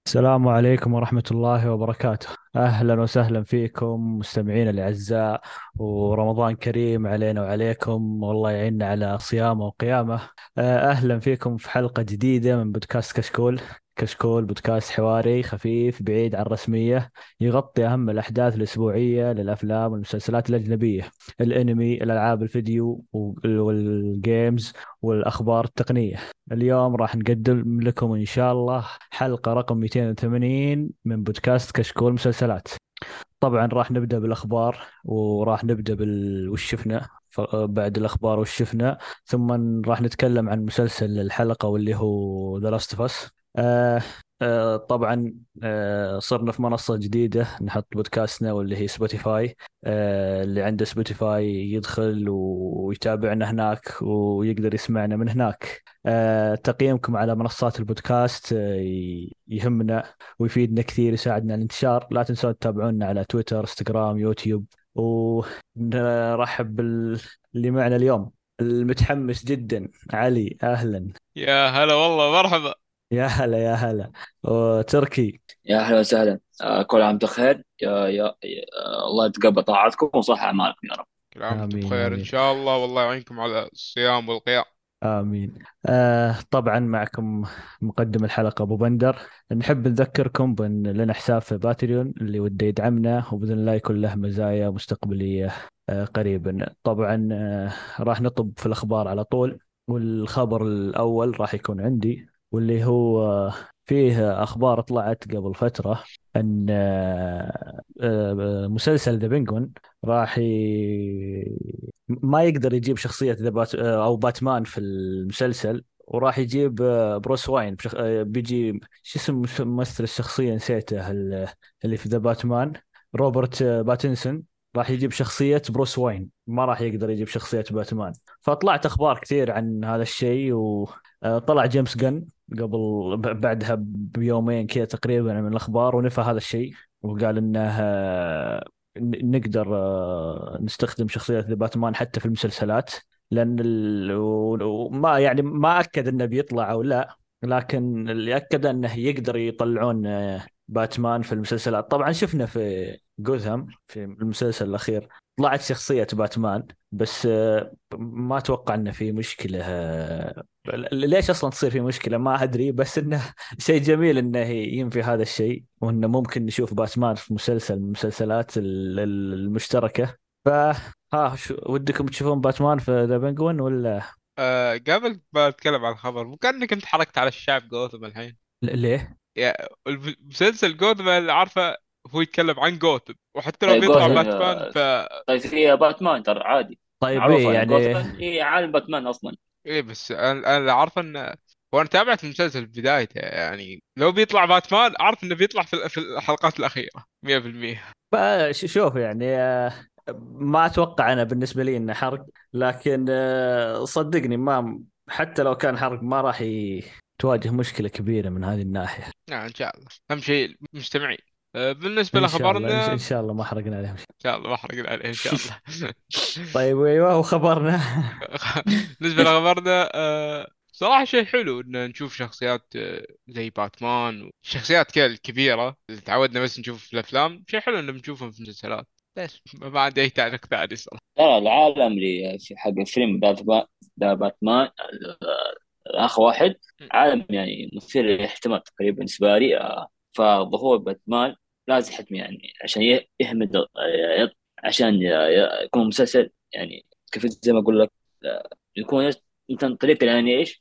السلام عليكم ورحمة الله وبركاته. أهلا وسهلا فيكم مستمعينا الأعزاء، ورمضان كريم علينا وعليكم، والله يعيننا على صيامه وقيامه. أهلا فيكم في حلقة جديدة من بودكاست كشكول. كشكول بودكاست حواري خفيف بعيد عن الرسمية، يغطي أهم الأحداث الأسبوعية للأفلام والمسلسلات الأجنبية، الأنمي، الألعاب الفيديو والجيمز والأخبار التقنية. اليوم راح نقدم لكم إن شاء الله حلقة رقم 280 من بودكاست كشكول مسلسلات. طبعا راح نبدأ بالأخبار، وراح نبدأ وش شفنا بعد الأخبار وش شفنا، ثم راح نتكلم عن مسلسل الحلقة واللي هو ذا لاست اوف اس. طبعا صرنا في منصة جديدة نحط بودكاستنا واللي هي سبوتيفاي. اللي عنده سبوتيفاي يدخل ويتابعنا هناك ويقدر يسمعنا من هناك. تقييمكم على منصات البودكاست يهمنا ويفيدنا كثير، يساعدنا على الانتشار. لا تنسون تتابعونا على تويتر، انستغرام، يوتيوب. ونرحب اللي معنا اليوم، المتحمس جدا علي. أهلا. يا هلا والله مرحبا. يا هلا يا هلا. وتركي. يا أهلا وسهلا. كل عام بخير. الله يتقبل طاعتكم وصح أعمالكم يا رب. كل عام وانتم آمين بخير ان آمين. شاء الله، والله يعينكم على الصيام والقيام. آمين. طبعا معكم مقدم الحلقة أبو بندر. نحب نذكركم بأن لنا حساب في باتريون، اللي وده يدعمنا وبإذن الله يكون له مزايا مستقبلية قريبا. طبعا راح نطب في الأخبار على طول. والخبر الأول راح يكون عندي، واللي هو فيه أخبار طلعت قبل فترة أن مسلسل ذا بينجوين راح ما يقدر يجيب شخصية ذا أو باتمان في المسلسل، وراح يجيب بروس واين بيجي شو اسم ممثل الشخصية نسيته، اللي في ذا باتمان، روبرت باتنسون. راح يجيب شخصية بروس واين، ما راح يقدر يجيب شخصية باتمان. فطلعت أخبار كثير عن هذا الشيء، وطلع جيمس جن قبل بعدها بيومين كذا تقريبا من الأخبار، ونفى هذا الشيء، وقال انه نقدر نستخدم شخصية ذا باتمان حتى في المسلسلات. لأن ما يعني ما أكد إنه بيطلع أو لا، لكن اللي أكد إنه يقدر يطلعون باتمان في المسلسلات. طبعا شفنا في جوثام في المسلسل الأخير طلعت شخصية باتمان، بس ما أتوقع إنه في مشكلة. ليش أصلا تصير في مشكلة ما أدري، بس إنه شيء جميل انه ينفي هذا الشيء، وانه ممكن نشوف باتمان في مسلسل من المسلسلات المشتركة. ف شو ودكم تشوفون باتمان في ذا بنجوين ولا؟ قبل ما اتكلم عن الخبر، مو كأنك انت حركت على الشعب جوثم الحين؟ ليه؟ يا المسلسل جوثم اللي عارفه، هو يتكلم عن جوثم، وحتى لو إيه بيطلع جوثم. إيه. باتمان طيب هي باتمان ترى عادي. طيب معروفة ايه يعني يعني. جوثم هي عالم باتمان أصلا. ايه، بس انا اللي عارفه انه، هو انا تابعت المسلسل في بدايته، يعني لو بيطلع باتمان اعرف انه بيطلع في الحلقات الاخيره 100%. شوف يعني ما اتوقع انا بالنسبة لي انه حرق، لكن صدقني ما حتى لو كان حرق ما راح تواجه مشكلة كبيرة من هذه الناحية. ان شاء الله اهم شيء مستمعين. بالنسبه ان شاء الله لاخبارنا، ان شاء الله ما حرقنا عليهم شيء. ان شاء الله ما حرقنا عليه ان شاء الله. طيب ايوه، وخبرنا. بالنسبة لأخبارنا، صراحة شيء حلو إن نشوف شخصيات زي باتمان والشخصيات كذا الكبيرة اللي تعودنا بس نشوف في الأفلام. شيء حلو إن بنشوفهم في المسلسلات. ليش ما عندي أي تعليق ثاني صراحة. لا، العالم اللي في حق الفيلم ذا باتمان، الأخ واحد، م- عالم يعني مثير للاهتمام تقريبا بالنسبة لي. فظهور باتمان لازم حتم يعني عشان يهمد، عشان يكون مسلسل يعني كيف زي ما أقول لك. يكون مثلا طريقة يعني إيش،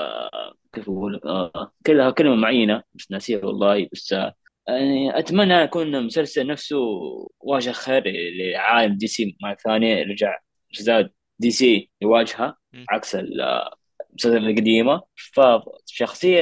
كيف أقول لك، كلها كلمة معينة بس ناسيها والله. بس يعني أتمنى يكون مسلسل نفسه واجه خير لعالم دي سي مرة ثانية، رجع أجزاء دي سي يواجهها م- عكس المسلسلات القديمة. فشخصية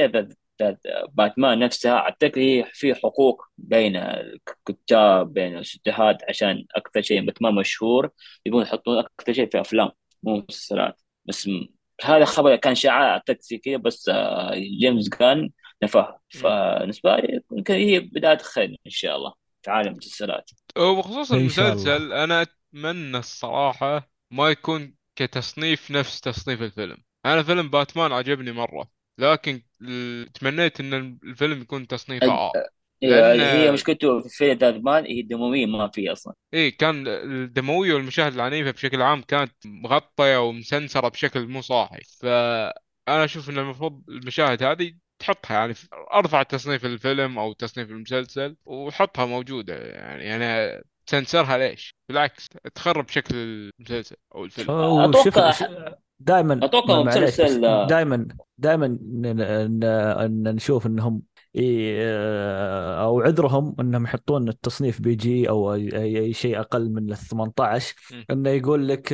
باتمان نفسها أعتقد هي في حقوق بين الكتاب بين الاستديوهات، عشان أكثر شيء باتمان مشهور يبون يحطون أكثر شيء في أفلام مو مسلسلات. بس هذا خبر كان شائع أعتقد زي كذا، بس جيمس جان نفاه. م. فبالنسبة لي يمكن هي بداية خير إن شاء الله في عالم المسلسلات. وبخصوص ان شاء الله. المسلسل، أنا أتمنى الصراحة ما يكون كتصنيف نفس تصنيف الفيلم. أنا فيلم باتمان عجبني مرة، لكن تمنيت ان الفيلم يكون تصنيفه ال- ار. ايوه، لان هي مشكلته في فيلم باتمان، هي الدمويه ما في اصلا. ايه كان الدمويه والمشاهد العنيفه بشكل عام كانت مغطيه ومسنسره بشكل مو صاحي. فانا اشوف ان المفروض المشاهد هذه تحطها يعني في ارفع تصنيف الفيلم او تصنيف المسلسل وحطها موجوده. يعني تسنسرها ليش؟ بالعكس تخرب شكل المسلسل او الفيلم. وشوف اتوقع دائما، اتوقع معليش بس مسلسل دائما نشوف انهم او عذرهم انهم يحطون التصنيف بي جي او أي شيء اقل من ال 18، مم. انه يقول لك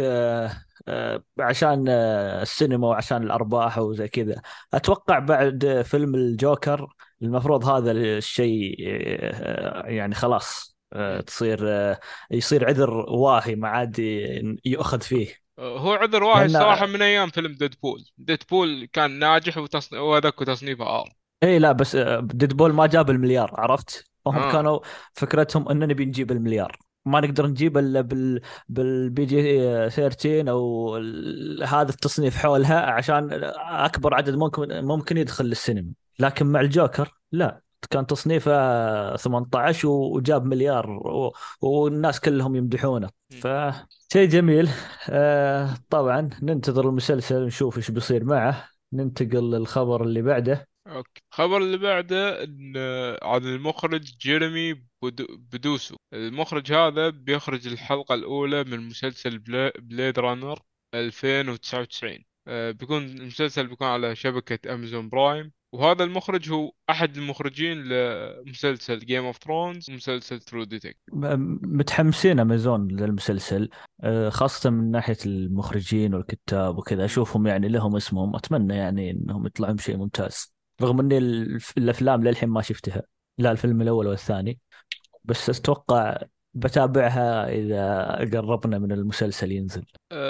عشان السينما وعشان الارباح وزي كذا. اتوقع بعد فيلم الجوكر المفروض هذا الشيء يعني خلاص مم. تصير يصير عذر واهي ما عاد يؤخذ فيه. هو عذر واحد لان الصراحه من ايام فيلم ديدبول. ديدبول كان ناجح وهذاك تصنيفه ار. اي لا بس ديدبول ما جاب المليار، عرفت؟ وهم اه. كانوا فكرتهم اننا نبي نجيب المليار، ما نقدر نجيب الا بالبي جي 13 او هذا التصنيف حولها عشان اكبر عدد ممكن يدخل للسينما. لكن مع الجوكر لا، كان تصنيفه 18 وجاب مليار والناس كلهم يمدحونه، مم. فشيء جميل. طبعا ننتظر المسلسل نشوف ايش بيصير معه. ننتقل للخبر اللي بعده. اوكي، الخبر اللي بعده ان عن المخرج جيريمي بدوسو. المخرج هذا بيخرج الحلقة الأولى من مسلسل بليد رانر 2099. بيكون المسلسل بيكون على شبكة أمازون برايم. وهذا المخرج هو أحد المخرجين لمسلسل جيم اوف ثرونز ومسلسل ترو ديتكت. متحمسين امازون للمسلسل، خاصة من ناحية المخرجين والكتاب وكذا، اشوفهم يعني لهم اسمهم، اتمنى يعني انهم يطلعون بشيء ممتاز، رغم اني الافلام للحين ما شفتها، لا الفيلم الاول والثاني، بس اتوقع بتابعها اذا قربنا من المسلسل ينزل.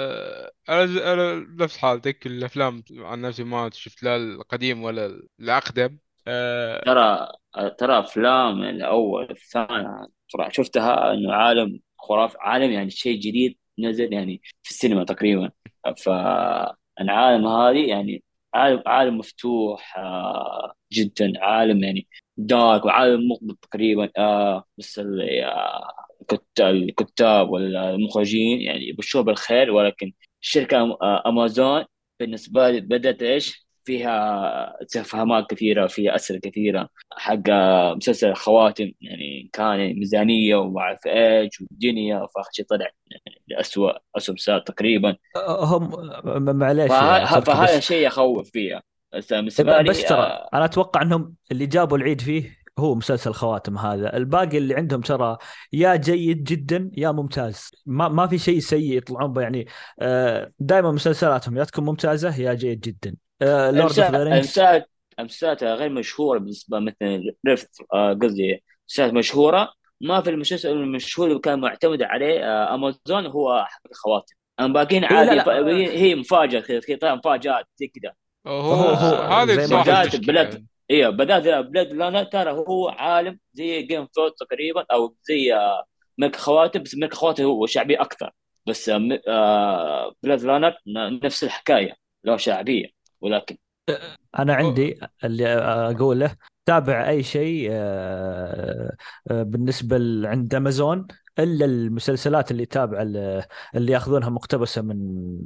أنا نفس حالتك. الأفلام عن نفسي ما شفت لا القديم ولا الأقدم. أه، ترى ترى افلام الاول الثاني صراحه شفتها، انه عالم خرافي، عالم يعني شيء جديد نزل يعني في السينما تقريبا. فالعالم هذه يعني عالم مفتوح جدا، عالم يعني دارك وعالم مقبل تقريبا. بس الكتاب والمخرجين يعني يبشروا بالخير، ولكن الشركه امازون بالنسبه لي بدات ايش فيها استفهامات كثيره، فيها اسئله كثيره حق مسلسل خواتم. يعني كان ميزانيه وما اعرف ايش والدنيا، فاخر شيء طلع لأسوأ مسلسل تقريبا. هم معليش يا تركي فهذا بس، شيء يخوف فيها. بس بالنسبه بس لي ترى انا اتوقع انهم اللي جابوا العيد فيه هو مسلسل خواتم هذا، الباقي اللي عندهم ترى يا جيد جدا يا ممتاز، ما في شيء سيء يطلعون به يعني. دائما مسلسلاتهم يا تكون ممتازة يا جيد جدا. لورد اوف ذا رينجز. المسلسلات غير مشهوره بالنسبه مثلا ريفت، قصدي مسلسلات مشهوره. ما في المسلسل المشهور اللي كان معتمد عليه امازون هو حق الخواتم. اما باقيين اي لا عادي، لا، هي مفاجاه كذا طيب، مفاجات زي كذا. هو هذه زي ما بصراحة قلت. بالذات المشكلة بلاد، يعني. ايوه بالذات بلاد لانا، ترى هو عالم زي جيم ثرونز تقريبا، او زي ملك خواتم، بس ملك خواتم هو شعبي اكثر. بس بلاد رانر نفس الحكايه، له شعبيه ولكن. انا أه، عندي اللي اقوله، تابع اي شيء بالنسبه عند امازون الا المسلسلات اللي تابعه اللي ياخذونها مقتبسه من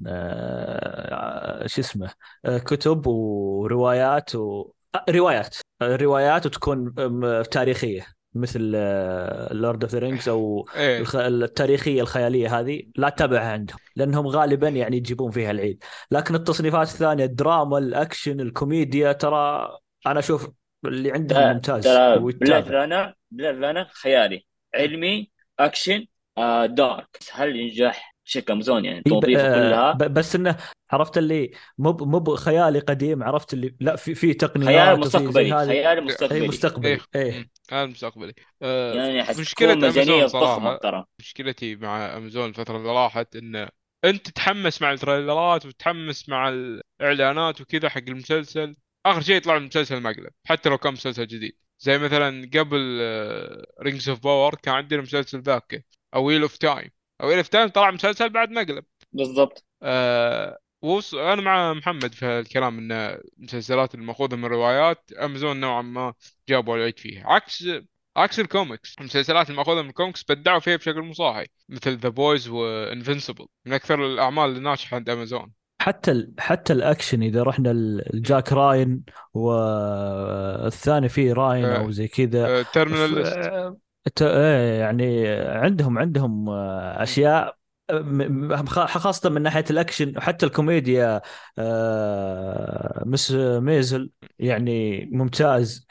شو اسمه كتب وروايات روايات، روايات وتكون تاريخيه مثل لورد اوف ذا رينجز او ايه. التاريخيه الخياليه، هذه لا تتابعها عندهم لانهم غالبا يعني يجيبون فيها العيد. لكن التصنيفات الثانية، الدراما، الأكشن، الكوميديا، ترى أنا أشوف اللي عندهم ممتاز ترى ويتابع. بلاد رانر خيالي، علمي، اكشن، دارك. هل ينجح شركه امازون يعني اي توظيفه كلها؟ بس انه عرفت اللي مو خيالي قديم، عرفت اللي لا في خيال تقنيات وفي زي مستقبلي، هذه. خيال اي مستقبلي. ايه. مستقبلي ايه. هذا المستقبلي. يعني مشكلة حتكون ميزانيه امازون ضخمه صراحة. ترى. مشكلتي مع امازون الفترة اللي راحت ان انت تتحمس مع التريلرات وتتحمس مع الاعلانات وكذا حق المسلسل. اخر شيء يطلع المسلسل مقلب حتى لو كان مسلسل جديد. زي مثلا قبل رينجز اوف باور كان عندنا مسلسل ذاك او ويل اوف تايم. او ويل اوف تايم طلع مسلسل بعد مقلب. بالضبط. انا مع محمد في الكلام ان المسلسلات المأخوذة من روايات امازون نوعا ما جابوا العيد فيها، عكس الكوميكس. المسلسلات المأخوذة من الكوميكس بدعوا فيها بشكل مو صحيح، مثل ذا بويز وانفنسبل، من اكثر الاعمال الناجحة عند امازون. حتى الاكشن، اذا رحنا الجاك راين والثاني فيه راين او زي كذا. تيرمينال ليست. إيه، يعني عندهم اشياء خاصة من ناحية الأكشن وحتى الكوميديا. مس ميزل يعني ممتاز.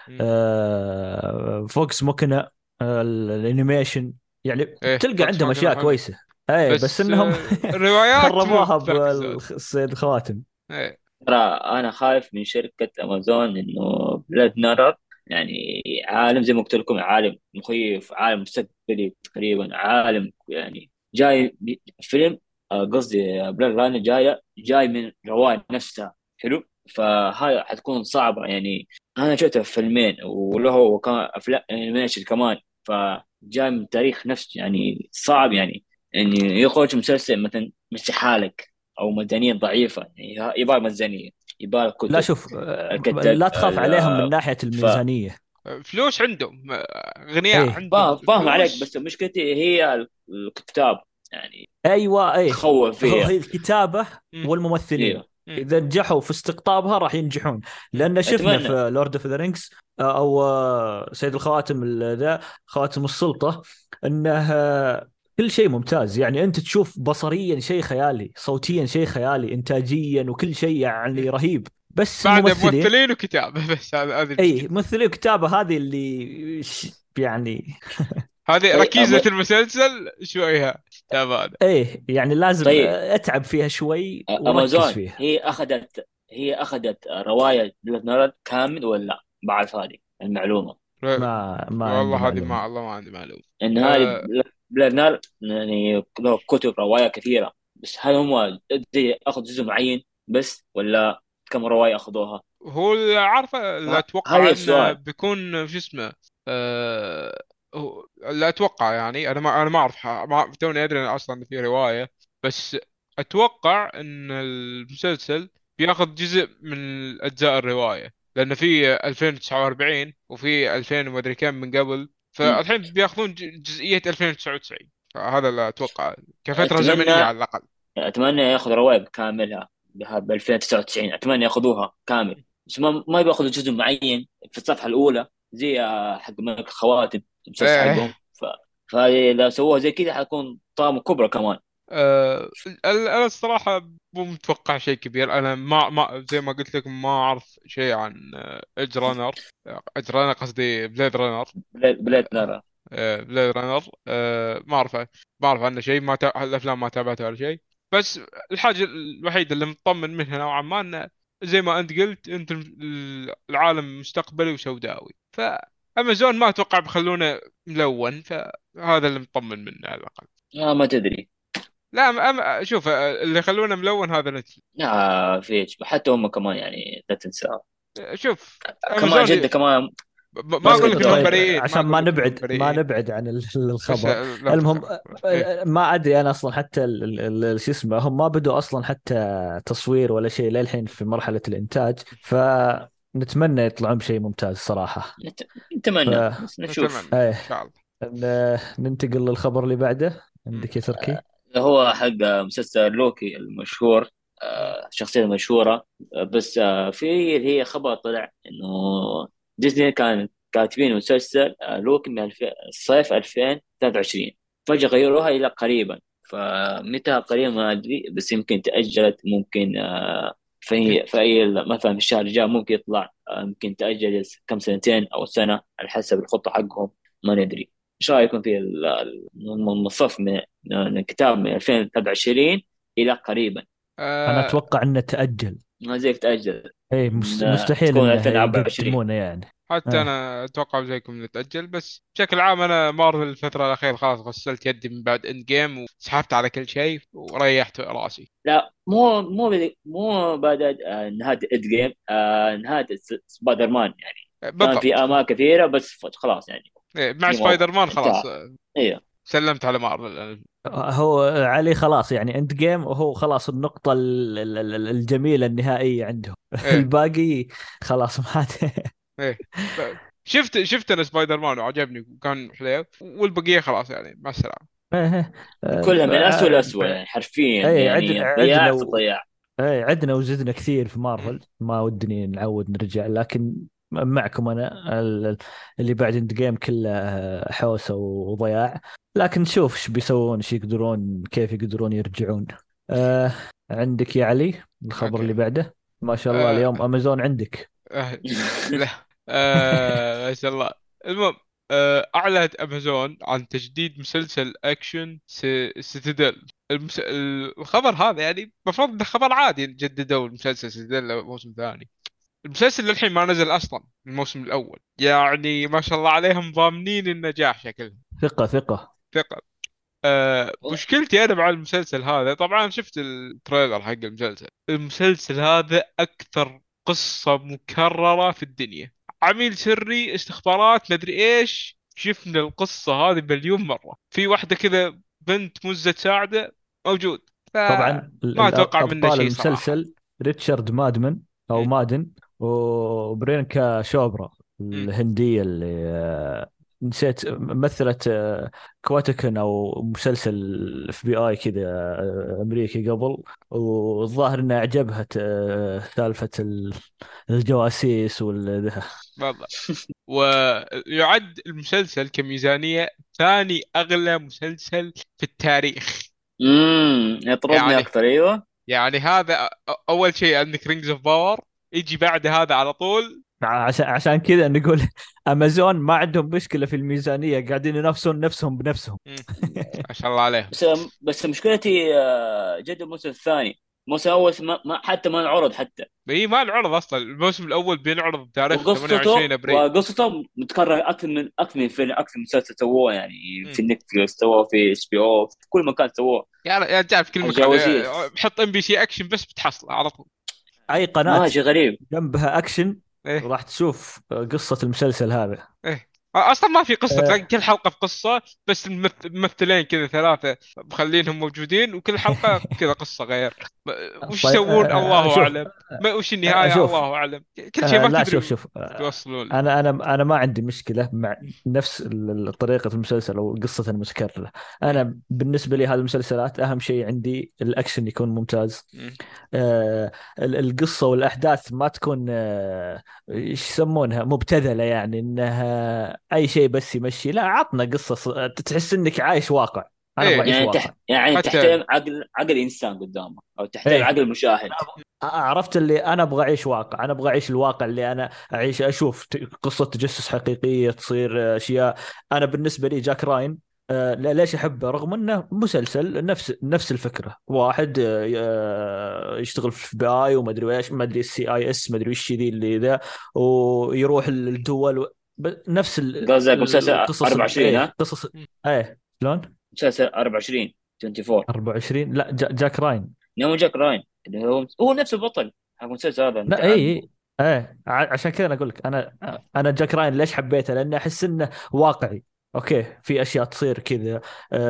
فوكس مكنة، الانيميشن، يعني ايه تلقى فوكس عندهم ماكنا أشياء حلو، كويسة. اي بس بس انهم الروايات مو خربوها بذاك الزود. بالصيد الخواتم. ايه. ترى انا خايف من شركه امازون انه بلاد نارر، يعني عالم زي ما قلت لكم، عالم مخيف، عالم مستقبلي تقريبا، عالم يعني جاي فيلم، قصدي بلاد رانر جاي من الرواية نفسها. حلو. فهاي حتكون صعبة يعني. أنا شفته في فيلمين وله كمان أفلام أنيميشن كمان، فجاي من تاريخ نفسه، يعني صعب يعني يعني يخرج مسلسل مثلا مش حالك او ميزانيه ضعيفه، يعني يبغى ميزانيه، يبغى لا كتب، شوف، الكتاب لا تخاف عليهم من ناحية ف الميزانية. فلوس عندهم، غنياء ايه، عندهم فاهم عليك، فلوس. بس مشكلتي هي الكتاب يعني، ايوه، ايه. تخوف هي فيها. الكتابه مم. والممثلين، ايوه. اذا نجحوا في استقطابها راح ينجحون. مم. لان شفنا اتمنى. في لورد اوف ذا رينجز، او سيد الخواتم، ذا خواتم السلطه، انه كل شيء ممتاز. يعني انت تشوف بصريا شيء خيالي، صوتيا شيء خيالي، انتاجيا وكل شيء يعني مم. رهيب. بس بعد الممثلين، ممثلين وكتابة بس، هذه اي المشكلة. ممثلين وكتابه، هذه اللي يعني هذه طيب ركيزة المسلسل شوية تعبانة. ايه، يعني لازم طيب اتعب فيها شوي وركز امازون فيها. هي اخذت روايه بلاد نارد كامل ولا بعد هذه المعلومه؟ لا، ما عندي والله هذه معلومة. ما عندي معلومة. ان هذه أه. بلاد نارد يعني له كتب روايه كثيره، بس هل هم زي اخذ جزء معين بس، ولا كم روايه اخذوها؟ هو اللي عارفه، اللي هذا اتوقع انه السؤال. بيكون شو اسمه. اللي اتوقع يعني، انا ما اعرف، ما توني ادري أنا اصلا إن في روايه. بس اتوقع ان المسلسل بياخذ جزء من اجزاء الروايه، لان في 2049 وفي 2000 ومدري كم من قبل، مم. فالحين بياخذون جزئيه 2099. فهذا اللي اتوقع كفتره زمنيه اتمنى على الاقل. اتمنى ياخذ روايه بكاملها ب 2099، اتمنى ياخذوها كامل، بس ما بياخذوا جزء معين في الصفحه الاولى زي حق ملك الخواتم المسلسل حقهم. ايه. فاذا سووها زي كذا حتكون طامه كبرى كمان. انا الصراحه مو متوقع شيء كبير. انا ما زي ما قلت لكم ما اعرف شيء عن ايدج رانر. ايدج رانر قصدي بليد رانر. بلاد نرى. بليد رانر، ما اعرف عنه شيء، الافلام ما تابعتها ولا شيء. بس الحاجه الوحيده اللي مطمن منها نوعا ما انه زي ما انت قلت، انت العالم مستقبلي وسوداوي، فامازون ما اتوقع بخلونه ملون، فهذا اللي مطمن منه على الاقل. ما تدري. لا، شوف، اللي يخلونه ملون هذا نتفلكس. لا فيش، حتى هم كمان يعني لا تنسى. شوف، كمان امازون جدة كمان ما ما اقول لك سقطوا انهم طيب، عليه. بريئين، ما عشان اقول ما لك انهم نبعد ما بريئين. نبعد عن بس الخبر. لا المهم، تخاف. ايه. ما ادري انا اصلا، حتى شو اسمه، هم ما بدوا اصلا حتى تصوير ولا شيء للحين في مرحلة الانتاج، فنتمنى يطلعون بشيء ممتاز صراحة. ف نتمنى بس نشوف. نتمنى ان ايه، شاء الله. ننتقل للخبر اللي بعده. م- عندك يا تركي؟ هو حق مسلسل لوكي المشهور، م- الشخصية المشهورة. بس في هي خبر طلع إنه ديزني كان كاتبين مسلسل لوكي من صيف 2023، فجأة غيروها إلى قريبا. فمتى قريبا ما أدري، بس يمكن تأجلت، ممكن في أي مثلا في الشهر الجاي ممكن يطلع، يمكن تأجل كم سنتين أو سنة على حسب الخطة حقهم. ما ندري. ايش رايكم في الصف من الكتاب من 2023 الى قريبا؟ انا آه، اتوقع انه تأجل. ما زيك تاجل، ايه، مستحيل تكون انه 2024. يقدمونه يعني. حتى ايه، انا اتوقع زيكم نتاجل، بس بشكل عام انا مارفل الفتره الاخيره خلاص غسلت يدي من بعد اند جيم، وسحبت على كل شيء وريحت راسي. لا مو بعد نهايه اد جيم، نهايه سبايدر مان يعني. كان في بالضبط. امال كثيره بس خلاص يعني. إيه، مع جيم سبايدر اوفر مان خلاص، انتهى. ايوه. سلمت على مارفل. هو علي خلاص يعني اند جيم، وهو خلاص النقطة الجميلة النهائية عنده. ايه الباقي خلاص ما عاد. ايه شفت انا سبايدر مان وعجبني وكان حليو، والبقيه خلاص يعني مع السلامه. ايه. كلها من أسوأ آه، لأسوأ يعني، حرفيا ايه يعني عدنا ضياع في ضياع. ايه عدنا وزدنا كثير في مم. مارفل، ما ودني نعود نرجع، لكن معكم انا اللي بعد اند جيم كله حوسه وضياع. لكن نشوف ايش بيسوون، ايش يقدرون، كيف يقدرون يرجعون. آه عندك يا علي الخبر اللي اوكي. بعده؟ ما شاء الله آه اليوم امازون عندك. لا. ما شاء الله. المهم، اعلنت امازون عن تجديد مسلسل اكشن سيتادل. الخبر هذا يعني المفروض انه خبر عادي، جددوا المسلسل سيتادل موسم ثاني. المسلسل للحين ما نزل اصلا الموسم الاول، يعني ما شاء الله عليهم ضامنين النجاح شكلهم. ثقة ثقة. ثقة. مشكلتي انا مع المسلسل هذا، طبعا شفت التريلر حق المسلسل هذا اكثر قصة مكررة في الدنيا. عميل سري استخبارات مدري ايش، شفنا القصة هذه مليون مرة. في واحدة كذا بنت مزة تساعده موجود، طبعا فما اتوقع منه ابطال شيء صراحة. المسلسل ريتشارد مادمن او م- مادن، وبرينكا شوبرا م. الهندية اللي نسيت مثلت كواتكن او مسلسل اف بي اي كذا امريكي قبل. والظاهر انه اعجبها سالفة الجواسيس والذا. والله. ويعد المسلسل كميزانية ثاني اغلى مسلسل في التاريخ. يطربني يعني أكثر. أيوه. هذا اول شيء عندك رينجز اوف باور، يجي بعد هذا على طول. عشان كذا نقول امازون ما عندهم مشكلة في الميزانية، قاعدين ينافسون نفسهم بنفسهم. مم. ما شاء الله عليهم. بس مشكلتي جد الموسم الثاني. الموسم الأول حتى ما انعرض حتى. هي ما انعرض اصلا، الموسم الاول بينعرض بتاريخ 28 وقصته ابريل. وقصته متكرر اكثر من فيلم، اكثر من مسلسل سووه يعني. مم. في نتفلكس سووه، في اس بي او، في كل مكان سووه. يا رجال في كل حق مكان، جواسيس. بحط ام بي سي اكشن بس بتحصله على طول. اي قناة ما شيء غريب. جنبها اكشن ايه راح تشوف قصة المسلسل هذا. ايه. اصلا ما في قصه، تلاقي أه. كل حلقه في قصه، بس الممثلين كذا ثلاثه مخلينهم موجودين، وكل حلقه كذا قصه غير. وش طيب يسوون الله شوف اعلم. وش النهايه شوف الله اعلم. كل شيء ما لا تدري شوف وش شوف بيوصلون له. انا ما عندي مشكله مع نفس طريقه المسلسل او قصه المتكرره. مم. انا بالنسبه لي هذه المسلسلات اهم شيء عندي الاكشن يكون ممتاز. مم. آه، القصه والاحداث ما تكون ايش يسمونها مبتذله، يعني انها اي شيء بس يمشي. لا عطنا قصه تحس انك عايش واقع. انا ابغى ايه. اعيش يعني واقع. حتى تحترم عقل انسان قدامه، او تحترم ايه عقل المشاهد. عرفت اللي انا ابغى اعيش واقع، انا ابغى اعيش الواقع اللي انا اعيش، اشوف قصة تجسس حقيقية تصير اشياء. انا بالنسبة لي جاك راين ليش احبه؟ رغم انه مسلسل نفس الفكرة، واحد يشتغل في بي اي وما ادري ايش، ما ادري السي اي اس، ما ادري وش ذي اللي ذا، ويروح الدول نفس قصدك مسلسل القصص 24؟ ايه ها؟ قصص. ايه شلون؟ مسلسل 24 24. 24 لا جاك راين. نيوم جاك راين اللي هو نفس البطل حق المسلسل هذا لا اي المتعب. اي ايه عشان كذا انا اقول لك انا جاك راين ليش حبيته؟ لاني احس انه واقعي. اوكي في اشياء تصير كذا.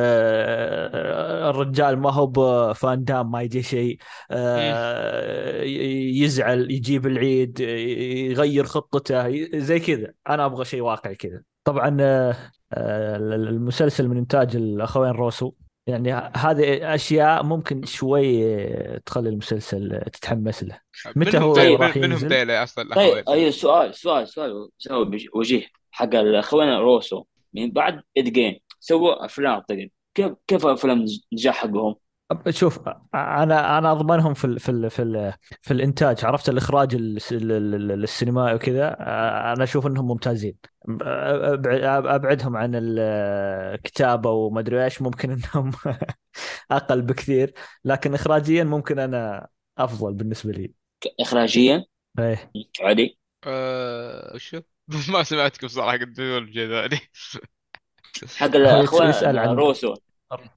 الرجال ما هو بفان دام ما يجي شيء. مم. يزعل يجيب العيد يغير خطته زي كذا. انا ابغى شيء واقعي كذا. طبعا المسلسل من انتاج الاخوين روسو، يعني هذه اشياء ممكن شوي تخلي المسلسل تتحمس له. متى منهم هو طيب. راح منهم ينزل؟ ذيلا اصلا طيب، الاخوين. اي سؤال وجيه حق الاخوان روسو. من بعد اد جيم سووا افلام. طيب كيف افلام نجاح حقهم؟ شوف انا اضمنهم في الانتاج، عرفت الاخراج السينمائي وكذا. انا اشوف انهم ممتازين. ابعدهم عن الكتابه وما ادري ايش، ممكن انهم اقل بكثير، لكن اخراجيا ممكن انا افضل بالنسبه لي. اخراجيا ايه عادي. وشو ما سمعتكم صراحه قد تقول شيء ثاني. حق هو الاخوان يسال عن روسو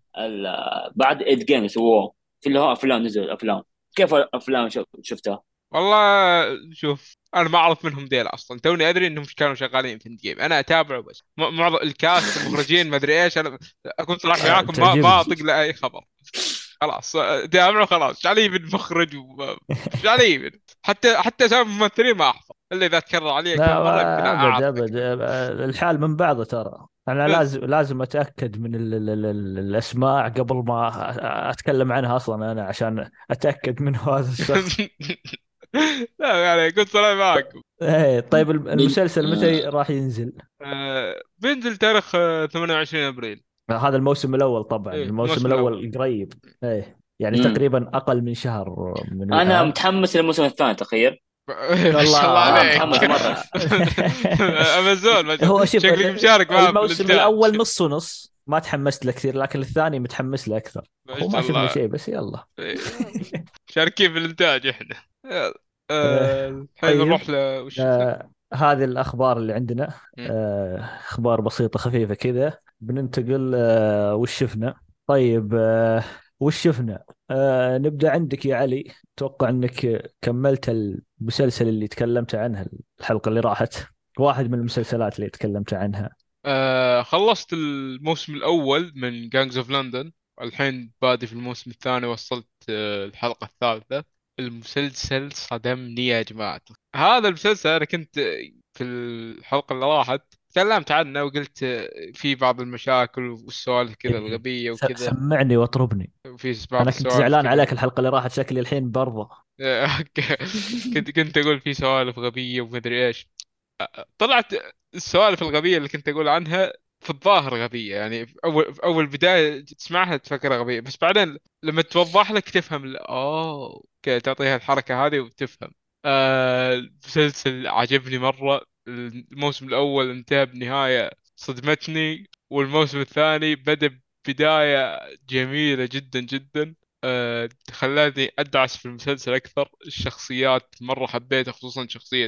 بعد اد جيم سووه، في اللي هو افلام، نزل افلام. كيف الافلام شفتها؟ والله شوف، انا ما اعرف منهم ديل اصلا، توني ادري انهم كانوا شغالين في جيم، انا اتابعه بس معظم الكاست المخرجين ما ادري ايش. انا اكون صراحه معاكم، ما تعجبني. اطق له اي خبر. خلاص تابعه خلاص، ايش علي من مخرج ايش علي من، حتى اسامي الممثلين ما احفظ الا اذا تكرر علي لا، كم مره يمكن ابد اعرف ابد، لك. الحال من بعضه ترى. انا بس لازم اتاكد من الاسماء قبل ما اتكلم عنها اصلا، انا عشان اتاكد من هذا الشخص. لا يعني كنت صراحة معكم. ايه طيب، بن... المسلسل متى آه. راح ينزل؟ بينزل تاريخ 28 ابريل. هذا الموسم الاول طبعا، ايه الموسم الموسم الاول. الاول قريب. ايه يعني مم. تقريبا اقل من شهر من انا الان. متحمس للموسم الثاني، تخيل. ما شاء الله والله متحمس عليك. مره. امازون ما شاء هو الله، شوف، شكلك مشارك معاه في الموسم الانتاج. الاول نص ونص، ما تحمست له كثير، لكن الثاني متحمس له اكثر. ما هو ما شاء شفنا الله. شيء بس يلا. إيه، شاركين في الانتاج احنا. يلا. الحين طيب، نروح ل وش شفنا. هذه الأخبار اللي عندنا. مم. أخبار بسيطة خفيفة كذا. بننتقل، وش شفنا؟ طيب، وش شفنا؟ نبدأ عندك يا علي. أتوقع أنك كملت المسلسل اللي تكلمت عنها الحلقة اللي راحت، واحد من المسلسلات اللي تكلمت عنها. خلصت الموسم الاول من جانجز اوف لندن، الحين بادي في الموسم الثاني، وصلت الحلقة الثالثة. المسلسل صدمني يا جماعة. هذا المسلسل أنا كنت في الحلقة اللي راحت تكلمت عنه وقلت في بعض المشاكل والسوالف كذا إيه. الغبية وكذا، سمعني واطربني. وفي بعض أنا كنت السوالف زعلان كذا. عليك الحلقة اللي راحت، شكلي الحين برضه. كنت أقول في سوالف غبية ومدري إيش. طلعت السوالف الغبية اللي كنت أقول عنها في الظاهر غبية، يعني في أول بداية تسمعها تفكرها غبية، بس بعدين لما توضح لك تفهم كذا، تعطيها الحركة هذه وتفهم. المسلسل عجبني مرة. الموسم الأول انتهى بنهاية صدمتني، والموسم الثاني بدأ بداية جميلة جدا جدا. خلاني أدعس في المسلسل أكثر. الشخصيات مرة حبيتها، خصوصا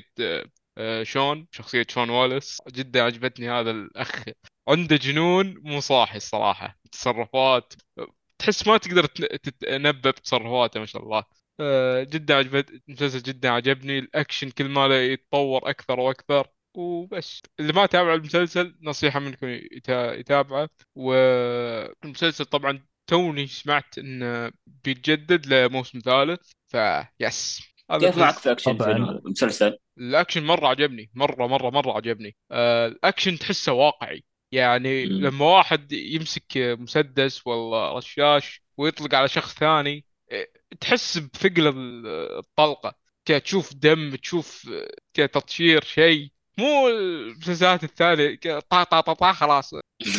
شخصية شون واليس جدا عجبتني. هذا الأخ عنده جنون مو صاحي الصراحة، تصرفات تحس ما تقدر تتنبأ بتصرفاته، ما شاء الله. جدا المسلسل جدا عجبني. الأكشن كل ما لا يتطور أكثر وأكثر. وبس اللي ما تابع المسلسل نصيحة منكم يتابعه. والمسلسل طبعا توني سمعت انه بيتجدد لموسم ثالث، فيس. هذا كيف معك المسلسل. في اكشن في طبعا. المسلسل؟ الاكشن مره عجبني، مره عجبني. الاكشن تحسه واقعي، يعني مم. لما واحد يمسك مسدس ولا رشاش ويطلق على شخص ثاني، تحس بثقل الطلقه، كذا تشوف دم، تشوف كذا تطشير شيء. مو المسلسلات الثانية كذا طا طا طا طا خلاص.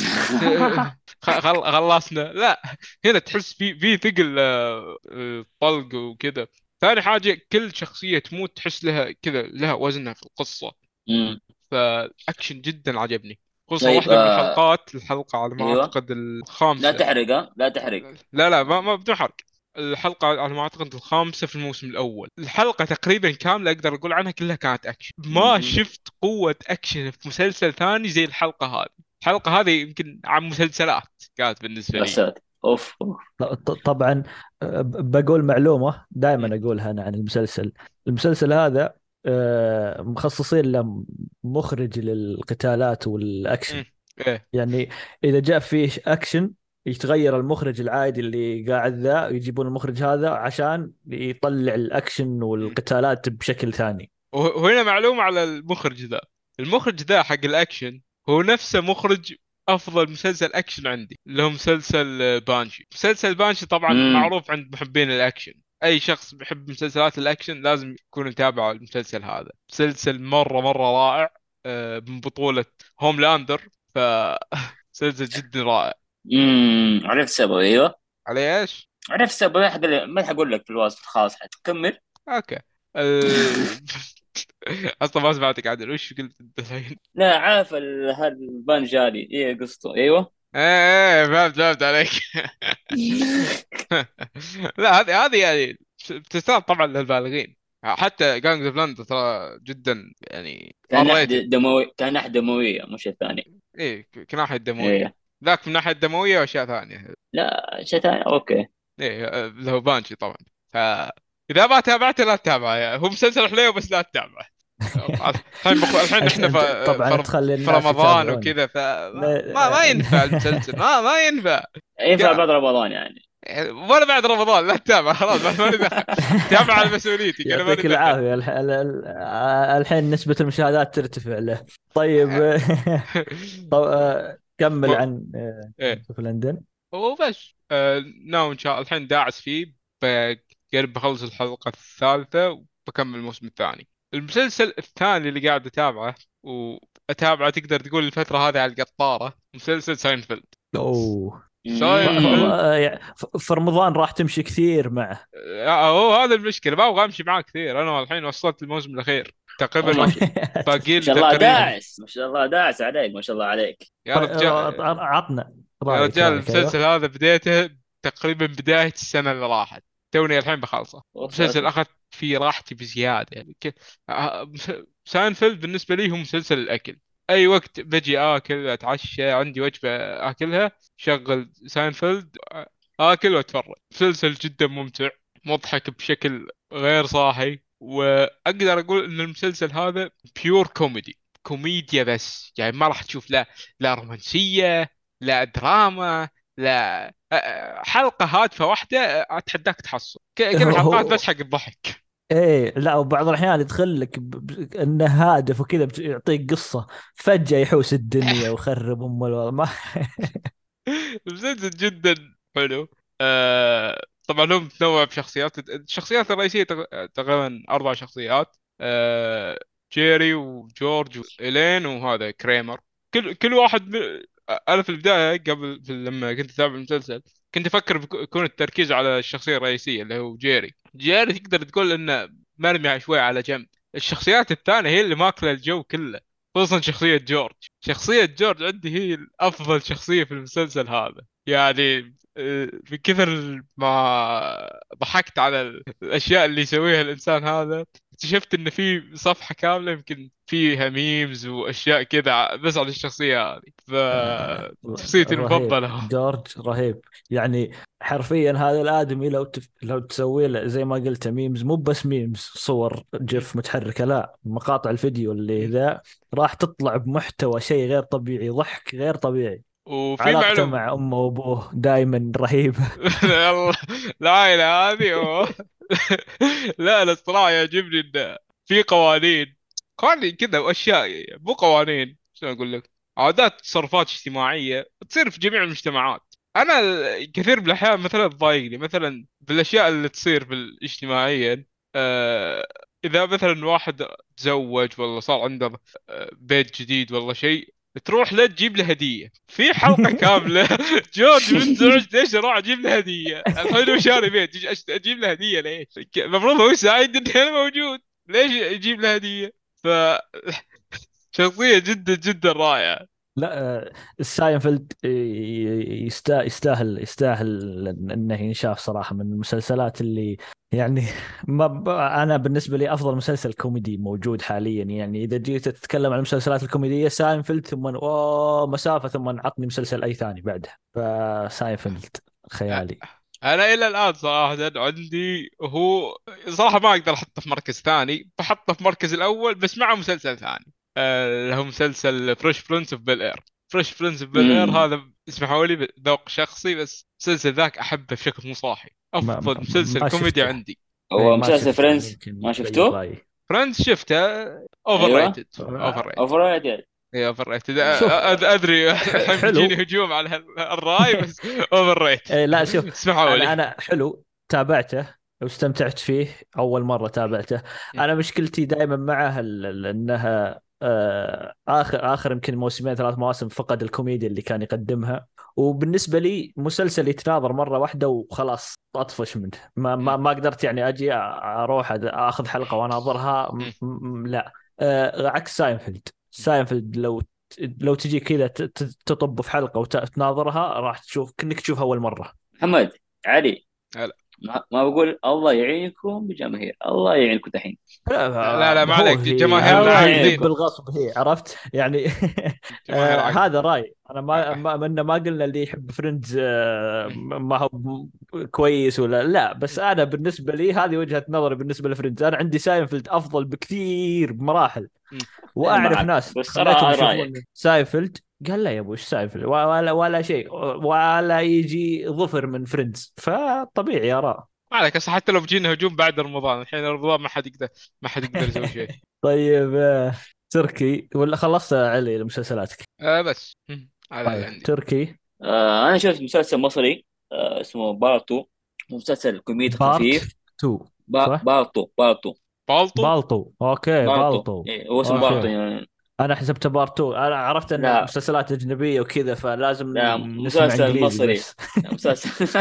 خلصنا، لا. هنا تحس في ثقل طلق وكذا. ثاني حاجة كل شخصية تموت تحس لها كذا، لها وزنها في القصة. مم. فالأكشن جدا عجبني، خصوصا طيب. واحدة من الحلقات، الحلقة على ما ايوه. أعتقد لا الخامسة. تحرق، ها؟ لا تحرق. لا ما بدون حرق. الحلقة على ما أعتقد الخامسة في الموسم الأول. الحلقة تقريبا كاملة أقدر أقول عنها كلها كانت أكشن. ما مم. شفت قوة أكشن في مسلسل ثاني زي الحلقة هذه. الحلقة هذه يمكن عن مسلسلات كانت بالنسبة يا لي. ساتر، اوف أوف. طبعا. بقول معلومة م- دائما أقولها أنا عن المسلسل هذا. مخصصين له مخرج للقتالات والأكشن. م. إيه. يعني إذا جاء فيه أكشن، يتغير المخرج العادي اللي قاعد ذا، يجيبون المخرج هذا عشان يطلع الأكشن م. والقتالات بشكل ثاني. وهنا معلومة على المخرج ذا. المخرج ذا حق الأكشن هو نفسه مخرج أفضل مسلسل أكشن عندي، اللي هو مسلسل بانشي. مسلسل بانشي طبعا مم. معروف عند محبين الأكشن. أي شخص بيحب مسلسلات الأكشن لازم يكون يتابع المسلسل هذا. مسلسل مرة رائع. من بطولة هوملاندر. ف مسلسل جدا رائع. عرفت السبب، ايوه. عليه إيش؟ عرفت السبب، ما حقول لك في الوصف الخاص، حتكمل. أوكي. ال... أصلا ما سمعتك عادل، وش قلت أنت الحين؟ لا عارف هذا البان جالي، ايه قصته، ايوه. فهمت عليك. لا هذه يعني بتستاهل طبعا للبالغين. حتى جانجز اوف لاند ترى جدا يعني ار كان ناحية ريتد. دموي، كان ناحية دموية مش الثاني. ايه كناحية دموية. ايه. ذاك من ناحية دموية واشياء ثانية. لا شيء ثاني، اوكي. ايه اللي هو بانشي طبعا. اذا ما تابعته لا تتابعه، يعني هو مسلسل حليو بس لا تتابعه. الحين احنا انت طبعا تخلي في الناس رمضان يتابعونه. وكذا، ما لا. ينفع المسلسل، ما ينفع. ينفع بعد رمضان يعني. ولا بعد رمضان لا تتابع، خلاص ماني دخل. تابع على مسؤوليتك، انا ماني يعطيك دخل. العافية. الحين نسبة المشاهدات ترتفع له. طيب. طب كمل ب- عن ايه في لندن. وبس. ناوي ان شاء الله الحين داعس فيه. قرب بخلص الحلقة الثالثة وبكمل الموسم الثاني. المسلسل الثاني اللي قاعد اتابعه واتابعه تقدر تقول الفترة هذه على القطارة، مسلسل ساينفيلد. اوه. ساينفيلد. يعني في رمضان راح تمشي كثير معه. هو هذا المشكلة، ما ابغى امشي معاه كثير، انا الحين وصلت الموسم الاخير أو تقريبا ما باقي ما لي شاء الله تقريبا. داعس، ما شاء الله داعس عليك، ما شاء الله عليك. يا رجال، عطنا يا رجال رايك المسلسل ايوه. هذا بديته تقريبا بداية السنة اللي راحت، توني الحين بخلصه. اوف يا مسلسل اخي. أخذ فيه راحتي بزيادة يعني ساينفيلد بالنسبة لي هو مسلسل الأكل. أي وقت بجي آكل أتعشى عندي وجبة آكلها، شغل ساينفيلد، آكل وأتفرج. مسلسل جدا ممتع، مضحك بشكل غير صاحي، وأقدر أقول إن المسلسل هذا بيور كوميدي، كوميديا بس، يعني ما راح تشوف لا رومانسية، لا دراما، لا حلقة هادفة واحدة أتحداك تحصل كل الحلقات بس هو حق الضحك. ايه، لا وبعض الاحيان يدخل لك انه هادف وكذا، يعطيك قصه فجاه يحوس الدنيا ويخرب الوضع ما. المسلسل جدا حلو. طبعا هم متنوع بشخصيات، الشخصيات الرئيسية تقريبا 4 شخصيات. جيري وجورج وإيلين وهذا كريمر. كل واحد أنا في البداية قبل لما كنت أتابع المسلسل كنت أفكر بيكون التركيز على الشخصية الرئيسية اللي هو جيري تقدر تقول إنه مرمي شوي على جنب. الشخصيات الثانية هي اللي ماكلة الجو كله، خصوصا شخصية جورج عندي هي الأفضل شخصية في المسلسل هذا يعني. من كثر ما ضحكت على الأشياء اللي يسويها الإنسان هذا، اكتشفت إن في صفحة كاملة يمكن فيها ميمز وأشياء كذا بس على الشخصية هذه، فشخصيتي رهيب المفضلة. جورج، رهيب يعني. حرفيا هذا الادمي لو تسوي له زي ما قلت ميمز، مو بس ميمز صور جيف متحركه، لا مقاطع الفيديو اللي ذا راح تطلع بمحتوى شيء غير طبيعي، ضحك غير طبيعي. وفي علاقته معلومة. مع امه وابوه دائما رهيبه. يلا، العائلة هذه لا لا، الصراحة يعجبني إن في قوانين كذا وأشياء، مو قوانين، شلون أقول لك، عادات تصرفات اجتماعية تصير في جميع المجتمعات. أنا كثير من الأحيان مثلا تضايقني مثلا بالأشياء اللي تصير اجتماعيا. آه، إذا مثلا واحد تزوج ولا صار عنده بيت جديد ولا شيء، تروح له تجيب له هدية في حلقة كاملة. جورج منزعج ليش اروح اجيب له هدية؟ الحين هو شاري بيت، اجيب له هدية ليش؟ المفروض هو يساعدني اني انا موجود، ليش اجيب له هدية؟ ف شخصية جدا جدا رائعة. لا الساينفيلد يستاهل انه ينشاف صراحه، من المسلسلات اللي يعني ما انا بالنسبه لي افضل مسلسل كوميدي موجود حاليا. يعني اذا جيت تتكلم عن المسلسلات الكوميديه ساينفيلد، ثم مسافه، ثم عطني مسلسل اي ثاني بعده. فساينفيلد خيالي. انا الى الان صراحة عندي هو صراحة ما اقدر احطه في مركز ثاني، بحطه في مركز الاول بس مع مسلسل ثاني. اللي هو مسلسل فريش برنس اوف بيل اير. فريش برنس اوف بيل اير امم هذا اسمحوا لي ذوق شخصي، بس المسلسل ذاك احبه بشكل مو صاحي، ما افضل مسلسل ما كوميدي شفته. عندي. اي هو ما مسلسل شفته، فريندز يمكن ما تغير شفتوه؟ رايي. فريندز شفته. اوفر ايوه. ريتد، اوفر ريتد. اوفر ريتد. اي اوفر ريتد. شوف ادري الحين بيجيني حلو. هجوم على الراي، بس اوفر ريتد. إيه لا شوف، اسمحوا لي. انا حلو تابعته واستمتعت فيه اول مره تابعته. انا مشكلتي دائما معه انها اخر يمكن موسمين 3 مواسم فقد الكوميديا اللي كان يقدمها. وبالنسبه لي مسلسل يتناظر مره واحده وخلاص اطفش منه، ما قدرت يعني اجي اروح اخذ حلقه واناظرها. لا. عكس ساينفيلد لو تجي كذا تطب في حلقه وتناظرها راح تشوف كأنك تشوفها اول مره. محمد علي، ما بقول الله يعينكم بجماهير، الله يعينكم دحين. لا لا، ما هو عليك، جماهير الله الله يجيب يعينكم. العاقلين. بالغصب، هي عرفت يعني. جماهير هذا عاقلين. رأي أنا، ما قلنا اللي يحب فريندز ما هو كويس ولا لا، بس أنا بالنسبة لي هذه وجهة نظري بالنسبة لفريندز. أنا عندي ساينفيلد أفضل بكثير بمراحل، انا واعرف معك ناس بس خليتهم ترى يشوفون رايك. سايفلد قال لا يا ابو ايش سايفلد ولا شيء، ولا يجي ظفر من فريندز، فطبيعي اراء. ما عليك، هسه حتى لو بجينا هجوم بعد رمضان، الحين رمضان ما حد يقدر يسوي شيء. طيب تركي ولا خلصت علي مسلسلاتك؟ بس هذا اللي طيب عندي. تركي. انا شفت مسلسل مصري اسمه بارتو، مسلسل كوميدي بارت خفيف. 2 صح؟ بارتو. بالطو. بالطو، اوكي بارتو بالطو. إيه، هو اسمه بارتو اوكي، يعني. انا حسبته بارت 2، انا عرفت ان لا مسلسلات اجنبيه وكذا فلازم لا، نسمع مسلسل انجليزي مصري. بس. مسلسل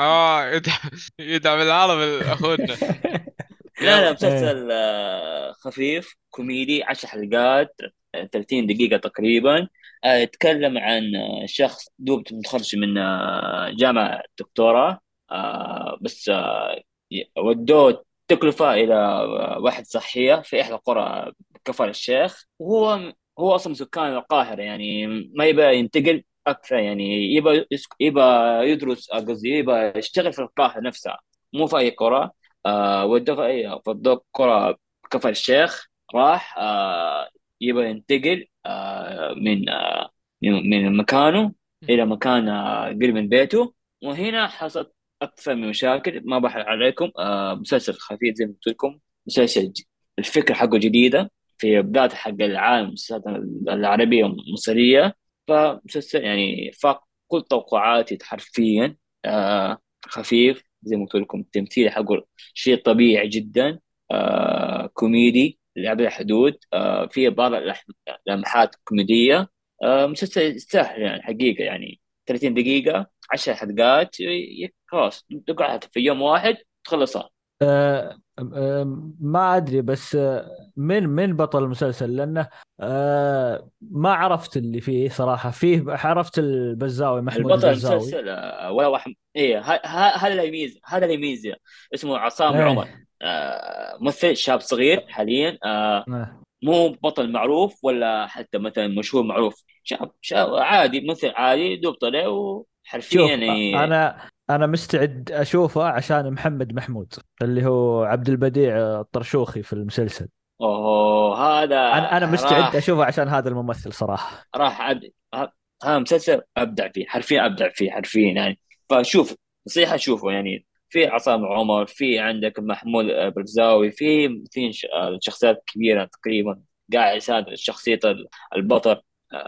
يدعم العرب اخونا. لا لا، يلا. ايه. مسلسل خفيف كوميدي 10 حلقات، 30 دقيقة تقريبا. يتكلم عن شخص دوب متخرج من جامعة دكتوراه، بس ودوه تكلفة إلى واحد صحية في إحدى قرى كفر الشيخ، وهو أصلا من سكان القاهرة يعني، ما يبغى ينتقل أكثر يعني، يبغى يدرس، قصدي يبغى يشتغل في القاهرة نفسها، مو في أي قرى. ودوه قرى كفر الشيخ، راح يبغى ينتقل من مكانه إلى مكان قريب من بيته. وهنا حصلت أكثر من مشاكل، ما بحر عليكم. مسلسل خفيف زي ما قلت لكم، مسلسل الفكرة حقه جديدة في بداية حق العالم، المسلسلات العربية والمصرية. فمسلسل يعني فاق كل توقعاتي حرفيا. خفيف زي ما قلت لكم، التمثيل حقه شيء طبيعي جدا. كوميدي لأبعد الحدود، فيه بعض لمحات كوميدية. مسلسل يستاهل يعني حقيقة يعني. 30 دقيقة 10 حلقات، خلاص تقعد في يوم واحد تخلصها. ما ادري، بس من بطل المسلسل؟ لانه ما عرفت اللي فيه صراحه. فيه عرفت البزاوي، محمود البطل البزاوي. المسلسل ولا واحد ايه، هذا اللي يميز، هذا اللي يميز. اسمه عصام العمر. ايه. ممثل شاب صغير حاليا. آه. مو بطل معروف ولا حتى مثلا مشهور معروف، شاب عادي، مثل عادي دوب طلع وحرفيا شوف يعني. انا مستعد اشوفه عشان محمد محمود اللي هو عبد البديع الطرشوخي في المسلسل. اوه هذا انا مستعد راح اشوفه عشان هذا الممثل صراحه. راح هذا مسلسل ابدع فيه حرفيا، ابدع فيه حرفيا يعني. فشوف، نصيحه شوفه يعني. في عصام عمر، في عندك محمود برزاوي، في شخصيات كبيره تقريبا قاعد يساعد شخصيه البطل.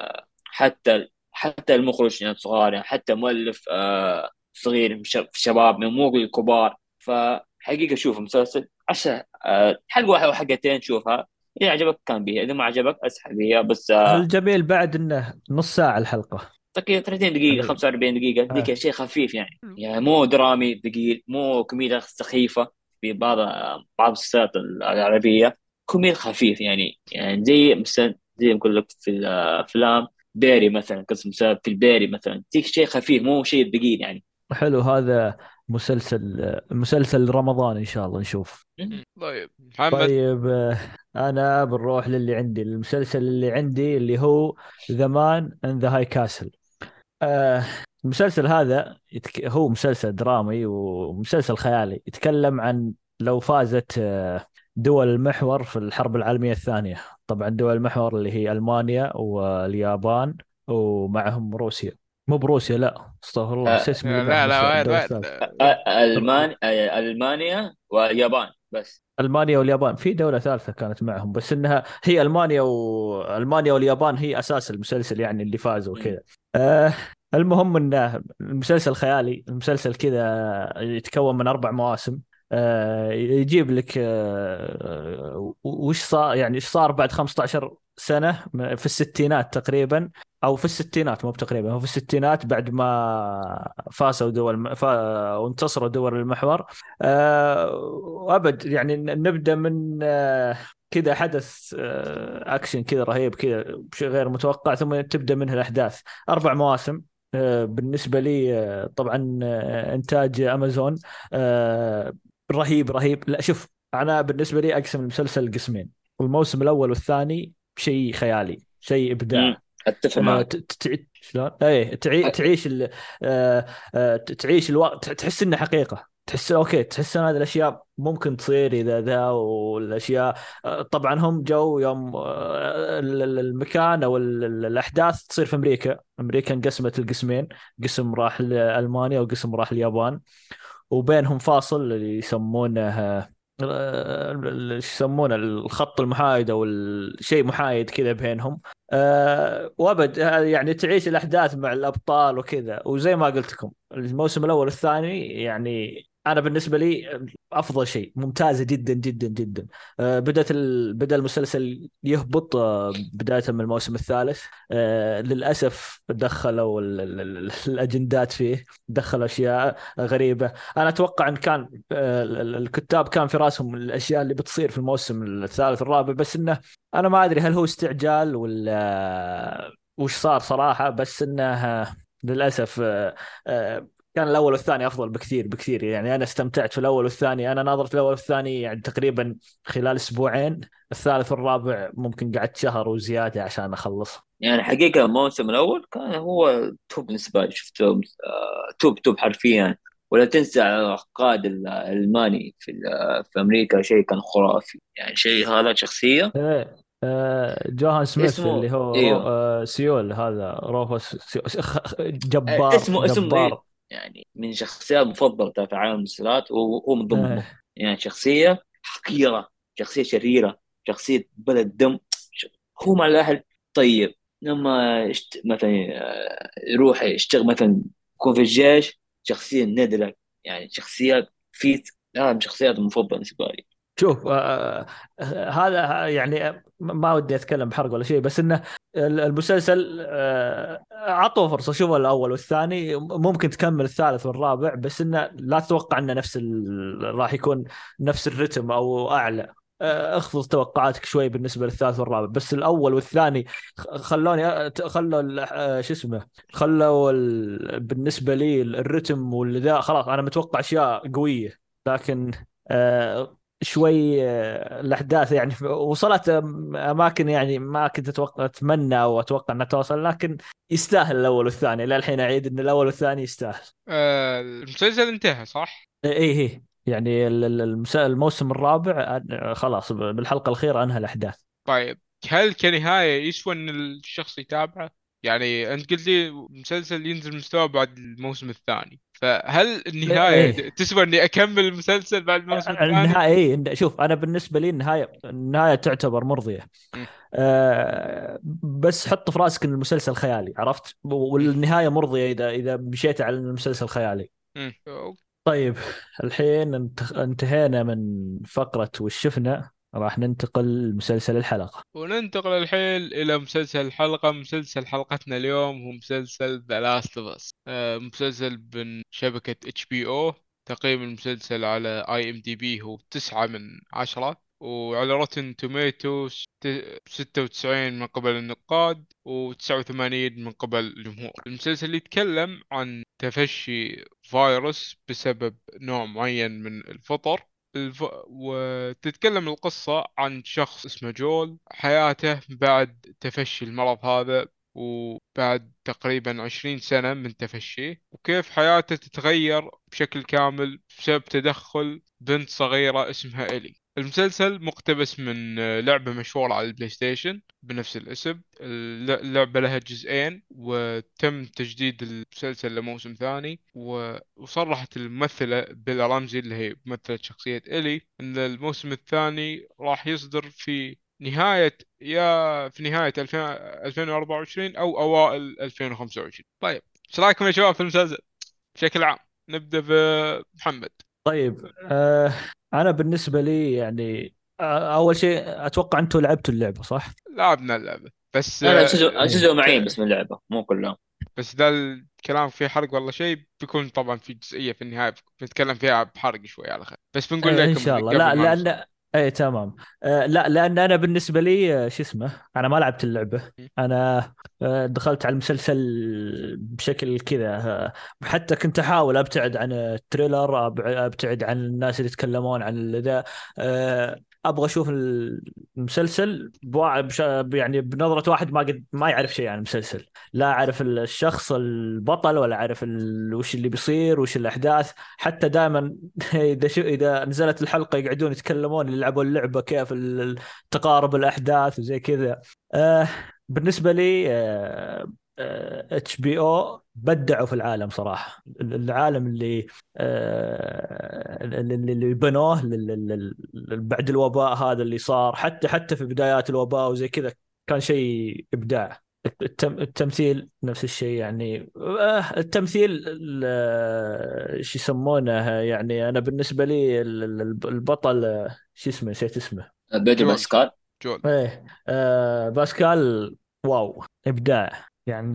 حتى المخرج يعني صغار يعني، حتى مؤلف صغير، شباب من مو الكبار. فحقيقه شوف مسلسل 10 حلقه واحده او حلقتين شوفها، إذا عجبك كان بيها، إذا ما عجبك اسحب بيها بس. الجميل بعد انه نص ساعه الحلقه. تقريبا 30 دقيقة يعني 45 دقيقة ذيك، شيء خفيف يعني مو درامي ثقيل، مو كوميديا سخيفة في بعض المسلسلات العربية. كوميديا خفيف يعني زي مثلا، زي ما أقول لك في الأفلام بيري مثلا، قسم مسلسل في البيري مثلا، ذيك شيء خفيف مو شيء ثقيل يعني. حلو هذا. مسلسل رمضان ان شاء الله نشوف. طيب محمد. طيب انا بنروح للي عندي. المسلسل اللي عندي اللي هو ذا مان ان ذا هاي كاسل. المسلسل هذا هو مسلسل درامي ومسلسل خيالي، يتكلم عن لو فازت دول المحور في الحرب العالمية الثانية. طبعا دول المحور اللي هي ألمانيا واليابان ومعهم روسيا. مو بروسيا، لا استغفر الله، نسيت اسم اللي لا معهم لا، وين الدولة وين الثالثة. ألمانيا واليابان بس. المانيا واليابان، في دولة ثالثة كانت معهم، بس انها هي المانيا واليابان هي اساس المسلسل يعني اللي فازوا مم. كذا. آه المهم انه المسلسل خيالي. المسلسل كذا يتكون من 4 مواسم. يجيب لك وش صار، يعني ايش صار بعد 15 سنة في الستينات تقريبا، او في الستينات، مو تقريبا، هو في الستينات بعد ما فازوا وانتصروا دول المحور. وابد يعني نبدا من كذا حدث اكشن كذا رهيب كذا، بشيء غير متوقع، ثم تبدا منه الاحداث. 4 مواسم. بالنسبة لي طبعا إنتاج أمازون آه، رهيب رهيب. لا شوف، أنا بالنسبة لي أقسم المسلسل قسمين، والموسم الأول والثاني شيء خيالي، شيء إبداع. اتفق معك. شلون؟ ايه تعيش تعيش الوقت، تحس انه حقيقة، تحس اوكي، تحس ان هذه الاشياء ممكن تصير اذا ذا والاشياء. طبعا هم جو يوم المكان او الاحداث تصير في امريكا. امريكا انقسمت القسمين، قسم راح لالمانيا وقسم راح اليابان، وبينهم فاصل اللي يسمونه ايش يسمونه الخط المحايد او الشيء محايد كذا بينهم. وابد يعني تعيش الاحداث مع الابطال وكذا. وزي ما قلت لكم الموسم الاول والثاني يعني انا بالنسبه لي افضل شيء، ممتازه جدا جدا جدا. بدا المسلسل يهبط بدايه من الموسم الثالث. للاسف دخلوا الاجندات فيه، دخلوا اشياء غريبه. انا اتوقع ان كان الكتاب كان في راسهم الاشياء اللي بتصير في الموسم الثالث الرابع، بس انه انا ما ادري هل هو استعجال ولا وش صار صراحة. بس انه للاسف كان الاول والثاني افضل بكثير بكثير. يعني انا استمتعت في الاول والثاني، انا ناظرت الاول والثاني يعني تقريبا خلال اسبوعين. الثالث والرابع ممكن قعدت شهر وزيادة عشان اخلص. يعني حقيقة الموسم الأول كان هو توب بالنسبة لي، شفته توب توب حرفيا. ولا تنسى القائد الألماني في أمريكا، شيء كان خرافي يعني. شيء هذا شخصية ايه جوهان سميث اسمه، اللي هو ايوه، سيول، هذا روفوس جبار اسمه إيه؟ جبار. يعني من الشخصيات المفضلة في عالم المسلسلات، وهو من ضمنهم. ايه يعني شخصية حقيرة، شخصية شريرة، شخصية بلد دم. هو مع الأهل طيب، لما مثلا يروح يشتغل مثلا، يكون في الجيش، شخصية نادرة. يعني شخصيات في من الشخصيات المفضلة بالنسبة لي. شوف هذا يعني ما ودي اتكلم بحرق ولا شيء، بس انه المسلسل عطوه فرصه. شوفوا الاول والثاني، ممكن تكمل الثالث والرابع، بس انه لا تتوقع انه نفس راح يكون نفس الرتم او اعلى. اخفض توقعاتك شوي بالنسبه للثالث والرابع. بس الاول والثاني خلوني خلوا شو اسمه، خلوا بالنسبه لي الرتم والذا خلاص انا متوقع اشياء قويه. لكن شوي الاحداث يعني وصلت اماكن يعني ما كنت اتمنى او اتوقع انها توصل. لكن يستاهل الاول والثاني، لا الحين اعيد ان الاول والثاني يستاهل. المسلسل انتهى صح؟ ايه ايه يعني الموسم الرابع خلاص بالحلقه الاخيره انهى الاحداث. طيب، هل كنهاية يسوى ان الشخص يتابعه؟ يعني انت قلت لي مسلسل ينزل مستوى بعد الموسم الثاني، فهل النهاية ايه تسوى اني اكمل المسلسل بعد الموسم الثاني؟ النهايه ايه شوف انا بالنسبه لي النهايه تعتبر مرضيه. مم. بس حط في راسك ان المسلسل خيالي، عرفت؟ مم. والنهايه مرضيه اذا مشيت على إن المسلسل خيالي. مم. طيب الحين انتهينا من فقرة وش شفنا، راح ننتقل لمسلسل الحلقة. وننتقل الحين إلى مسلسل الحلقة. مسلسل حلقتنا اليوم هو مسلسل The Last of Us. مسلسل من شبكة HBO. تقييم المسلسل على IMDb هو 9/10، وعلى روتن توميتوز 96 من قبل النقاد و89 من قبل الجمهور. المسلسل يتكلم عن تفشي فيروس بسبب نوع معين من الفطر. وتتكلم القصة عن شخص اسمه جول، حياته بعد تفشي المرض هذا وبعد تقريبا 20 سنة من تفشيه، وكيف حياته تتغير بشكل كامل بسبب تدخل بنت صغيرة اسمها إلي. المسلسل مقتبس من لعبة مشهورة على البلاي ستيشن بنفس الاسم. اللعبة لها جزئين، وتم تجديد المسلسل لموسم ثاني. وصرحت الممثلة بيلا رامزي اللي هي ممثلة شخصية إلي أن الموسم الثاني راح يصدر في نهاية 2024 أو أوائل 2025. طيب، ايش رايكم يا شباب في المسلسل بشكل عام؟ نبدأ بمحمد. طيب أنا بالنسبة لي يعني أول شيء أتوقع أنتم لعبتوا اللعبة صح؟ لعبنا اللعبة، بس لا لا، جزء إيه. معين بس من اللعبة، مو كلها. بس ذا الكلام فيه حرق ولا شيء بيكون طبعا في جزئية في النهاية بنتكلم فيها بحرق شوي على خير، بس بنقول إيه إن لكم شاء الله. قبل لا ما ندخل. لأن إيه تمام. لا لأن أنا بالنسبة لي شو اسمه، أنا ما لعبت اللعبة. أنا دخلت على المسلسل بشكل كذا. حتى كنت أحاول أبتعد عن التريلر، أبتعد عن الناس اللي يتكلمون عن ذا. أبغى أشوف المسلسل يعني بنظرة واحد ما يعرف شيء عن المسلسل. لا أعرف الشخص البطل، ولا أعرف وش اللي بيصير، وش الأحداث. حتى دائما إذا نزلت الحلقة يقعدون يتكلمون، يلعبوا اللعبة كيف تقارب الأحداث وزي كذا. آه بالنسبة لي اتش بي او بدعوا في العالم صراحة. العالم اللي بنوه بعد الوباء هذا اللي صار، حتى في بدايات الوباء وزي كذا، كان شيء إبداع. التمثيل نفس الشيء يعني. التمثيل شو يسمونه يعني. أنا بالنسبة لي البطل شو اسمه، نسيت اسمه. بيدرو جول. باسكال. جول. ايه باسكال. واو، ابداع يعني.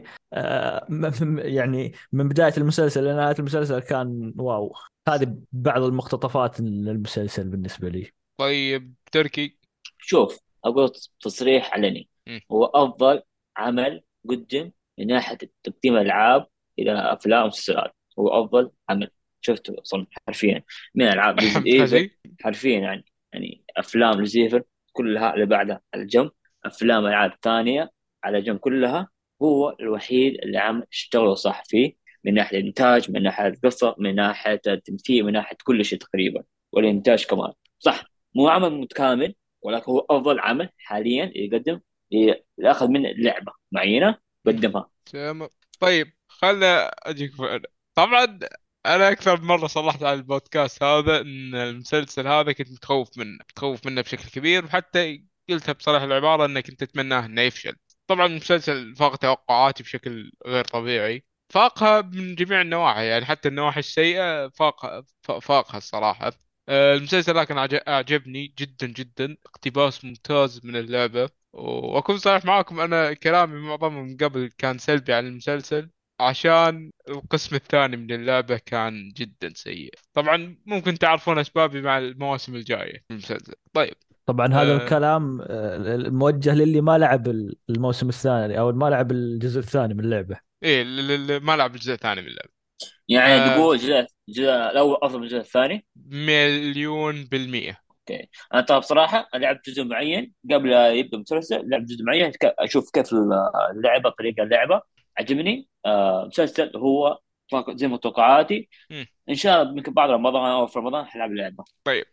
يعني من بدايه المسلسل لنهايه المسلسل كان واو. هذه بعض المقتطفات للمسلسل بالنسبه لي. طيب تركي. شوف، اقول تصريح علني، مم. هو افضل عمل قدم من ناحيه تقديم العاب الى افلام ومسلسلات. هو افضل عمل شفته صنع حرفيا، من العاب ريزد ايفل. حجي. حرفيا يعني افلام ريزد ايفل كلها اللي بعدها على جنب، افلام العاب ثانيه على جنب كلها. هو الوحيد اللي عمل اشتغلوا صح فيه، من ناحيه الانتاج، من ناحيه القصه، من ناحيه التمثيل، من ناحيه كل شيء تقريبا، والانتاج كمان. صح، مو عمل متكامل، ولكن هو افضل عمل حاليا يقدم، ياخذ من لعبه معينه مم. قدمها. تمام. طيب خلنا اجيك طبعا انا اكثر مرة صلحت على البودكاست هذا ان المسلسل هذا كنت متخوف منه بشكل كبير، وحتى قلتها بصراحة العبارة انك كنت تتمناه انه يفشل. طبعا المسلسل فاق توقعاتي بشكل غير طبيعي، فاقها من جميع النواحي، يعني حتى النواحي السيئة فاقها الصراحة. المسلسل لكن أعجبني جدا جدا، اقتباس ممتاز من اللعبة. وأكون صريح معاكم، أنا كلامي معظمه من قبل كان سلبي عن المسلسل، عشان القسم الثاني من اللعبة كان جدا سيء. طبعا ممكن تعرفون أسبابي مع المواسم الجاية من المسلسل. طيب. طبعا هذا آه الكلام موجه للي ما لعب الموسم الثاني، او ما لعب الجزء الثاني من اللعبه. إيه، ما لعب الجزء الثاني من اللعبة. يعني آه تقول الجزء الاول افضل من الجزء الثاني؟ مليون بالمية. اوكي. انا طبعا بصراحه لعبت جزء معين قبل يبدا المسلسل، لعبت جزء معين اشوف كيف اللعبه، طريقه اللعبه عجبني. مسلسل هو زي ما توقعاتي. مم. ان شاء الله يمكن بعد رمضان او في رمضان حلعب اللعبه. طيب.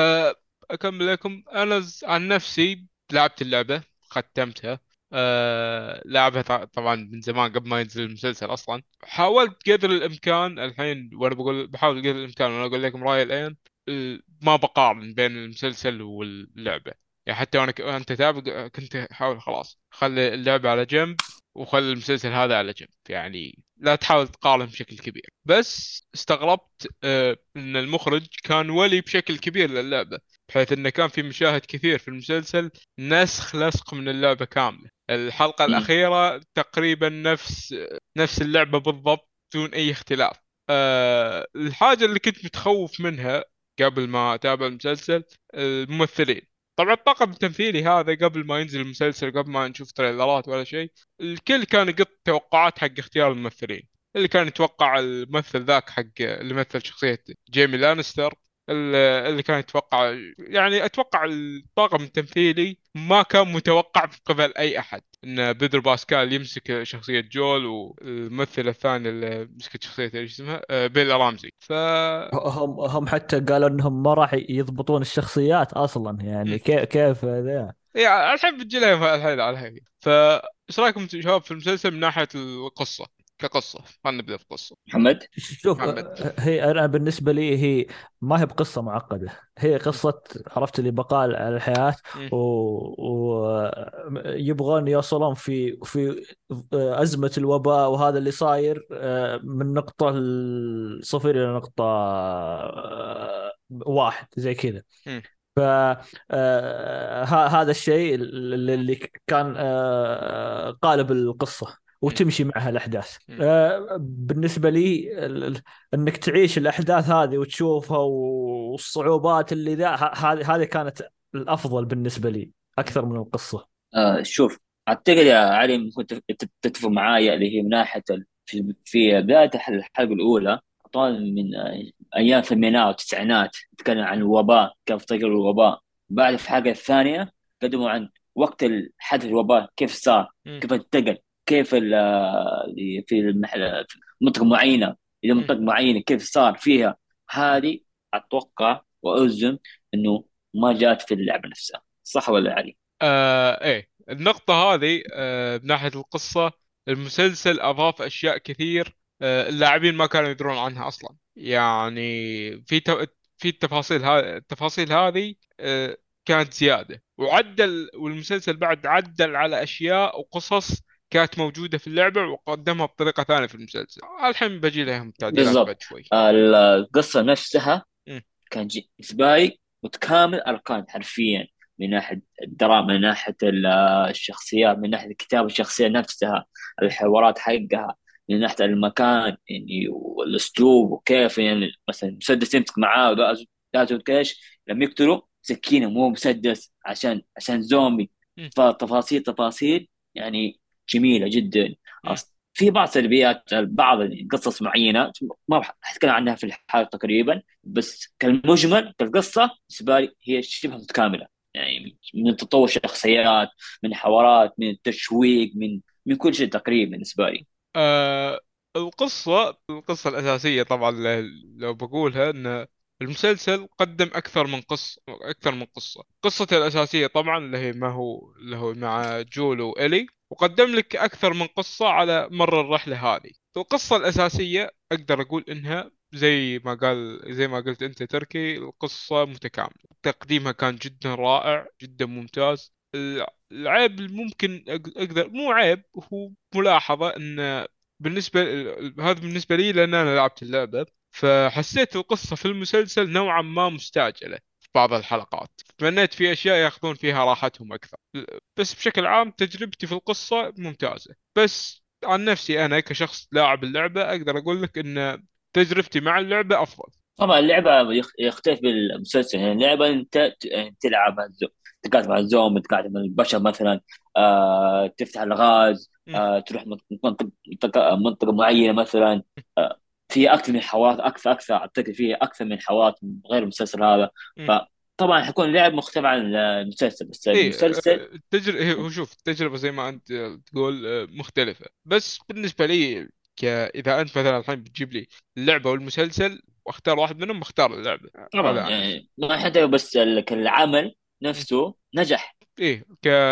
أكمل لكم. أنا عن نفسي لعبت اللعبة، ختمتها. لعبها طبعا من زمان قبل ما ينزل المسلسل أصلا. حاولت قدر الإمكان الحين، وأنا بحاول قدر الإمكان وأنا أقول لكم رأيي الآن. ما بقارن بين المسلسل واللعبة. يعني حتى وأنا أنت تابع كنت أحاول خلاص خلي اللعبة على جنب، وخلي المسلسل هذا على جنب، يعني لا تحاول تقارن بشكل كبير. بس استغربت ان المخرج كان ولي بشكل كبير للعبة، بحيث انه كان في مشاهد كثير في المسلسل نسخ لصق من اللعبة كاملة. الحلقة مم. الأخيرة تقريبا نفس اللعبة بالضبط، دون أي اختلاف. الحاجة اللي كنت متخوف منها قبل ما أتابع المسلسل، الممثلين. طبعا الطاقم التمثيلي هذا قبل ما ينزل المسلسل، قبل ما نشوف تريلرات ولا شيء، الكل كان يقط توقعات حق اختيار الممثلين. اللي كان يتوقع الممثل ذاك حق اللي مثل شخصية جيمي لانستر، اللي كان يتوقع، يعني اتوقع الطاقم التمثيلي ما كان متوقع من قبل اي احد ان بيدرو باسكال يمسك شخصية جول، والممثل الثاني اللي مسكت شخصية ايش اسمها بيلا رامزي. هم حتى قالوا انهم ما راح يضبطون الشخصيات اصلا، يعني كيف ذا. يعني الحين بتجي لها الحين على الحين. فايش رايكم شباب في المسلسل من ناحية القصة؟ كقصة، خلينا نبدأ في القصة. محمد. شوف، محمد. هي انا بالنسبه لي هي ما هي بقصه معقده. هي قصه، عرفت، اللي بقاء على الحياه. ويبغون يوصلون في ازمه الوباء وهذا اللي صاير، من نقطه الصفر الى نقطه واحد زي كذا. فهذا الشيء اللي كان قالب القصة، وتمشي معها الأحداث. بالنسبة لي أنك تعيش الأحداث هذه وتشوفها، والصعوبات اللي ذا، هذه كانت الأفضل بالنسبة لي أكثر من القصة. شوف، اعتقد يا علي ممكن تتفق معايا، اللي هي من ناحيه في بدايه الحلقه الاولى، طال من ايام الثمانينات والتسعينات، تكلم عن الوباء، كيف تغير الوباء. بعد في الحلقه الثانيه قدموا عن وقت الحدث الوباء كيف صار، مم. كيف انتقل، كيف اللي في في منطقه معينه الى مم. منطقه معينه كيف صار فيها. هذه اتوقع واجزم انه ما جات في اللعبه نفسها، صح ولا علي؟ ايه النقطة هذه من ناحية القصة، المسلسل أضاف أشياء كثير اللاعبين ما كانوا يدرون عنها أصلا. يعني في التفاصيل هذه كانت زيادة، والمسلسل بعد عدل على أشياء وقصص كانت موجودة في اللعبة وقدمها بطريقة ثانية في المسلسل. الحين بجي لهم تعديلات بعد بالضبط. شوي. القصة نفسها مم. كان بالنسبة لي متكامل أركان حرفيا، من ناحية الدراما، من ناحية الشخصيات، من ناحية كتابة الشخصية نفسها، مم. الحوارات حقها، من ناحية المكان يعني والأسلوب، وكيف يعني مثلا مسدس يمسك معاه لازم كاش لما يقتلوا سكينة مو مسدس عشان زومبي. مم. فتفاصيل تفاصيل يعني جميلة جدا. مم. في بعض سلبيات بعض قصص معينة ما راح أتكلم عنها في الحلقة تقريبا، بس كالمجمل كالقصة بالنسبة لي هي شبه متكاملة. يعني من تطور شخصيات، من حوارات، من التشويق، من كل شيء تقريبا بالنسبة لي. آه القصة الأساسية طبعا، لو بقولها أن المسلسل قدم أكثر من قصة. قصته الأساسية طبعا اللي هو مع جول وإلي، وقدم لك أكثر من قصة على مر الرحلة هذه. القصة الأساسية أقدر أقول إنها زي ما قلت أنت تركي، القصة متكاملة، تقديمها كان جدا رائع جدا ممتاز. العيب اللي ممكن أقدر، مو عيب، هو ملاحظة أن هذا بالنسبة لي لأن أنا لعبت اللعبة، فحسيت القصة في المسلسل نوعا ما مستعجلة في بعض الحلقات. تمنيت في أشياء ياخذون فيها راحتهم أكثر. بس بشكل عام تجربتي في القصة ممتازة. بس عن نفسي أنا كشخص لاعب اللعبة أقدر أقول لك أن تجربتي مع اللعبة أفضل. طبعا اللعبة يختلف بالمسلسل. يعني اللعبة أنت يعني تلعب تقاتل مع الزوم، تقاتل مع البشر مثلا، تفتح الغاز، م- تروح منطقة معينة مثلا. في أكثر من حوارات، أكثر أعتقد فيه أكثر من حوارات غير المسلسل هذا. م. فطبعا حيكون اللعب مختلف عن المسلسل، بس ايه المسلسل هو شوف التجربة زي ما انت تقول مختلفة. بس بالنسبة لي اذا انت مثلا الحين بتجيب لي اللعبة والمسلسل واختار واحد منهم، بختار اللعبة. هذا طبعا عن نفسي. يعني ما حتى بس العمل م. نفسه نجح. ايه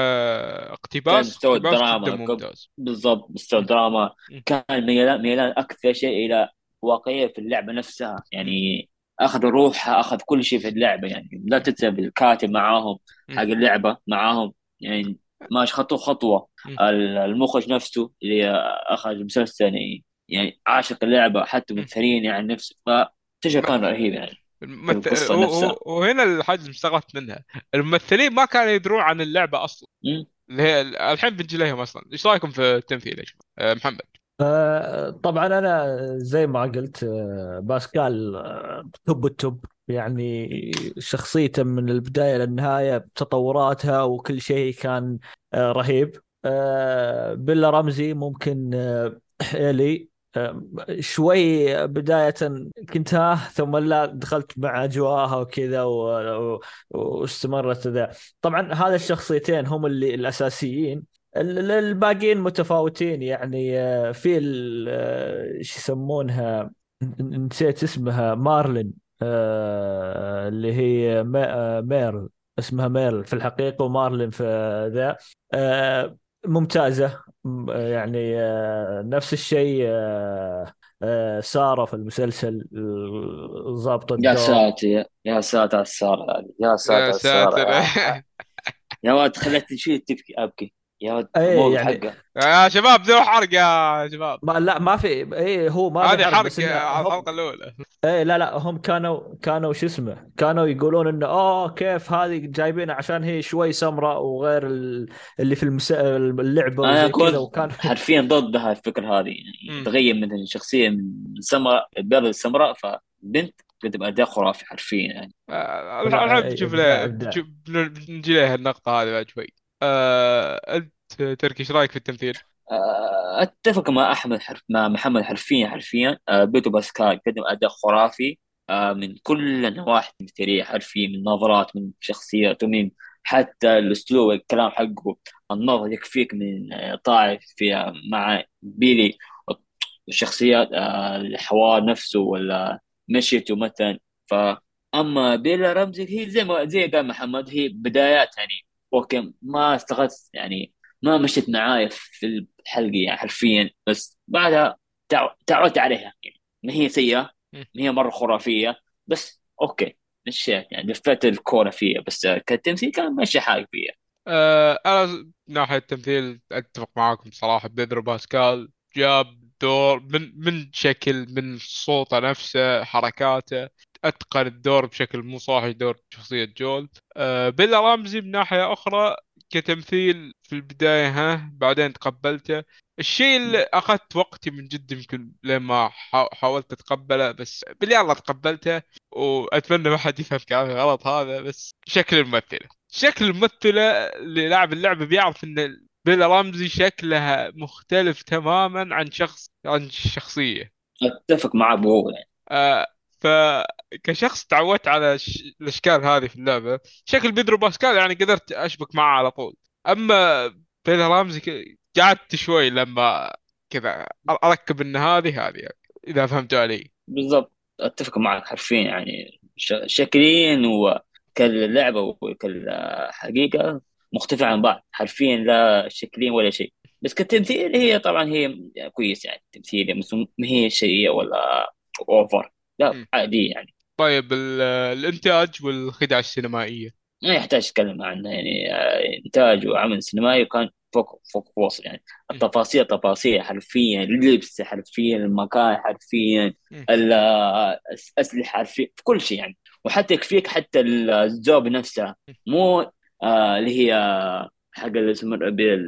كاقتباس كمستوى اقتباس جدا الدراما ممتاز. بالضبط مستوى م. الدراما. م. كان ميلان أكثر شيء إلى واقعية في اللعبة نفسها م. يعني. أخذ روحها، أخذ كل شيء في اللعبة يعني. لا م. تنسى الكاتب معاهم، م. حق اللعبة معاهم يعني، ماشي خطوة خطوة. م. المخرج نفسه اللي أخرج المسلسل يعني عاشق اللعبة، حتى م. ممثلين يعني نفسه، فالتجربة كان رهيب يعني في القصة نفسها. وهنا الحاجة اللي استغربت منها، الممثلين ما كانوا يدرون عن اللعبة اصلا. م? اللي هي الحين بنجي لهم اصلا. ايش رايكم في التمثيل يا شباب؟ محمد. طبعا انا زي ما قلت باسكال توب التوب يعني. شخصيته من البدايه للنهايه بتطوراتها وكل شيء كان رهيب. بيلا رمزي ممكن إيلي شوي بداية كنت ثم لا دخلت مع أجواءها وكذا واستمرت ذا. طبعا هذا الشخصيتين هم اللي الأساسيين. الباقيين متفاوتين يعني. في شو يسمونها، نسيت اسمها، مارلين. اللي هي ميرل. اسمها ميرل في الحقيقة، ومارلين في ذا. ممتازة. يعني نفس الشيء سارة في المسلسل ضابط يا الدور. ساتر، يا ساتر على السارة هذه، يا ساتر يا على السارة ساتر. يا ولد خلتني شيء تبكي ابكي يا ولد اي الموقف يعني حقه. يا شباب بدون حرق يا شباب. ما لا ما في اي هو ما في هذه حرق حرق بس انه على هم. الحلقة الأولى. ايه لا هم كانوا شو اسمه، كانوا يقولون انه كيف هذه جايبينها عشان هي شوي سمراء وغير اللي في اللعبة انا وزي كذا كنت وكان حرفيا ضد الفكره هذه يعني. امم تغير من شخصيه من سمراء بيض السمراء، فبنت بتبقى اداء خرافي حرفيا يعني. لا الحين بنشوف ابداع له ابداع. بنجي له النقطة هذه بعد شوي. تركي ايش رايك في التمثيل؟ اتفق مع مع محمد حرفيا بيتو باسكال قدم اداء خرافي من كل النواحي التمثيليه حرفيا، من نظرات، من شخصيات، ومن حتى الاسلوب الكلام حقه. النظر يكفيك من طائف في مع بيلي، الشخصيات، الحوار نفسه ولا مشيته مثلا. فاما بيلا رمزي هي زي ما زي قال محمد، هي بدايات يعني. اوكي، ما استغرقت يعني، ما مشت معاي في الحلقة يعني حرفيا، بس بعدها تعودت عليها يعني. ما هي سيئة، مم. ما هي مرة خرافية، بس اوكي، مشيت يعني، لفيت الكورة فيها، بس كتمثيل كان ماشي حالي فيها. انا من ناحيه التمثيل اتفق معاكم صراحه. بيدرو باسكال جاب دور من شكل، من صوته نفسه، حركاته، اتقن الدور بشكل مو صاحي، دور شخصيه جول. بيلا رامزي من ناحيه اخرى كتمثيل في البدايه ها، بعدين تقبلته. الشيء اللي اخذت وقتي من جد يمكن لما حاولت اتقبله، بس بالله تقبلته. واتمنى ما حد يفهم كلامي غلط هذا، بس شكل الممثلة اللي لاعب اللعبة بيعرف ان بيلا رامزي شكلها مختلف تماما عن الشخصية. اتفق مع ابو يعني. آه فكشخص تعودت على الاشكال هذه في اللعبة، شكل بيدرو باسكال يعني قدرت اشبك معه على طول. اما بيلا رامزي قعدت شوي لما كذا اركب ان هذه يعني، اذا فهمت علي. بالضبط، اتفق معك حرفيا يعني. شكليا وكاللعبة وكالحقيقة مختلفة عن بعض حرفيا، لا شكليا ولا شيء. بس كتمثيل هي طبعا هي كويس يعني، تمثيل بس ما هي شيء ولا اوفر، لا مم. عادي يعني. طيب الانتاج والخدع السينمائية. ما يحتاج اتكلم عنه يعني، انتاج وعمل سينمائي كان فوق وصل يعني. مم. التفاصيل تفاصيل حرفيا، اللبس حرفيا، المكان حرفيا، مم. الاسلحه حرفيا، في كل شيء يعني. وحتى يكفيك حتى الزوب نفسها، مو اللي هي حق اللي اسمه بال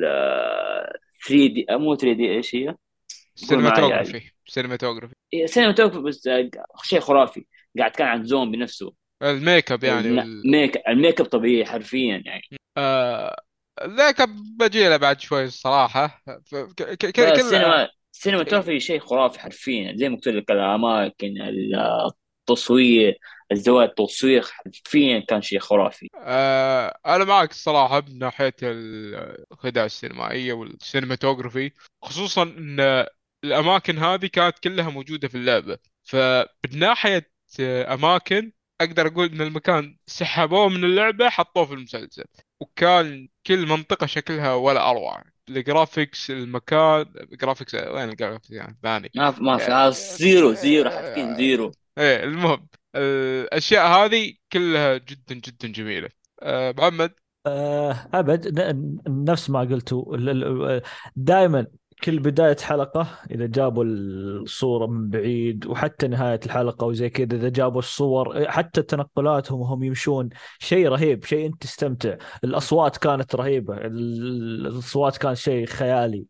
3 دي، مو 3 دي، ايش هي؟ قول معي يعني. سينماتوجرافي. سينماتوجرافي، بس شيء خرافي. قاعد كان عن زومبي نفسه. الميك اب يعني الميك اب طبيعي حرفيا يعني. آه... ذاك بجي له بعد شوي الصراحة. كل السينماتوجرافي شيء خرافي حرفيا، زي ما قلت لك، الاماكن، التصوير، الزوايا، التصوير حرفيا كان شيء خرافي. أنا معك الصراحة من ناحية الخدع السينمائية والسينماتوجرافي، خصوصا أن الأماكن هذه كانت كلها موجودة في اللعبة. فمن ناحية أماكن، أقدر أقول أن المكان سحبوه من اللعبة حطوه في المسلسل، وكان كل منطقة شكلها ولا أروع. الجرافيكس، المكان، جرافيكس وين الجرافيكس يعني ثاني. ما في زيرو حرفيا زيرو. ايه المهم، الاشياء هذه كلها جدا جدا جميله. محمد. أبد، نفس ما قلتوا. دائما كل بداية حلقة إذا جابوا الصورة من بعيد، وحتى نهاية الحلقة وزي كذا إذا جابوا الصور، حتى تنقلاتهم وهم يمشون، شيء رهيب، شيء أنت تستمتع. الأصوات كانت رهيبة، الأصوات كان شيء خيالي.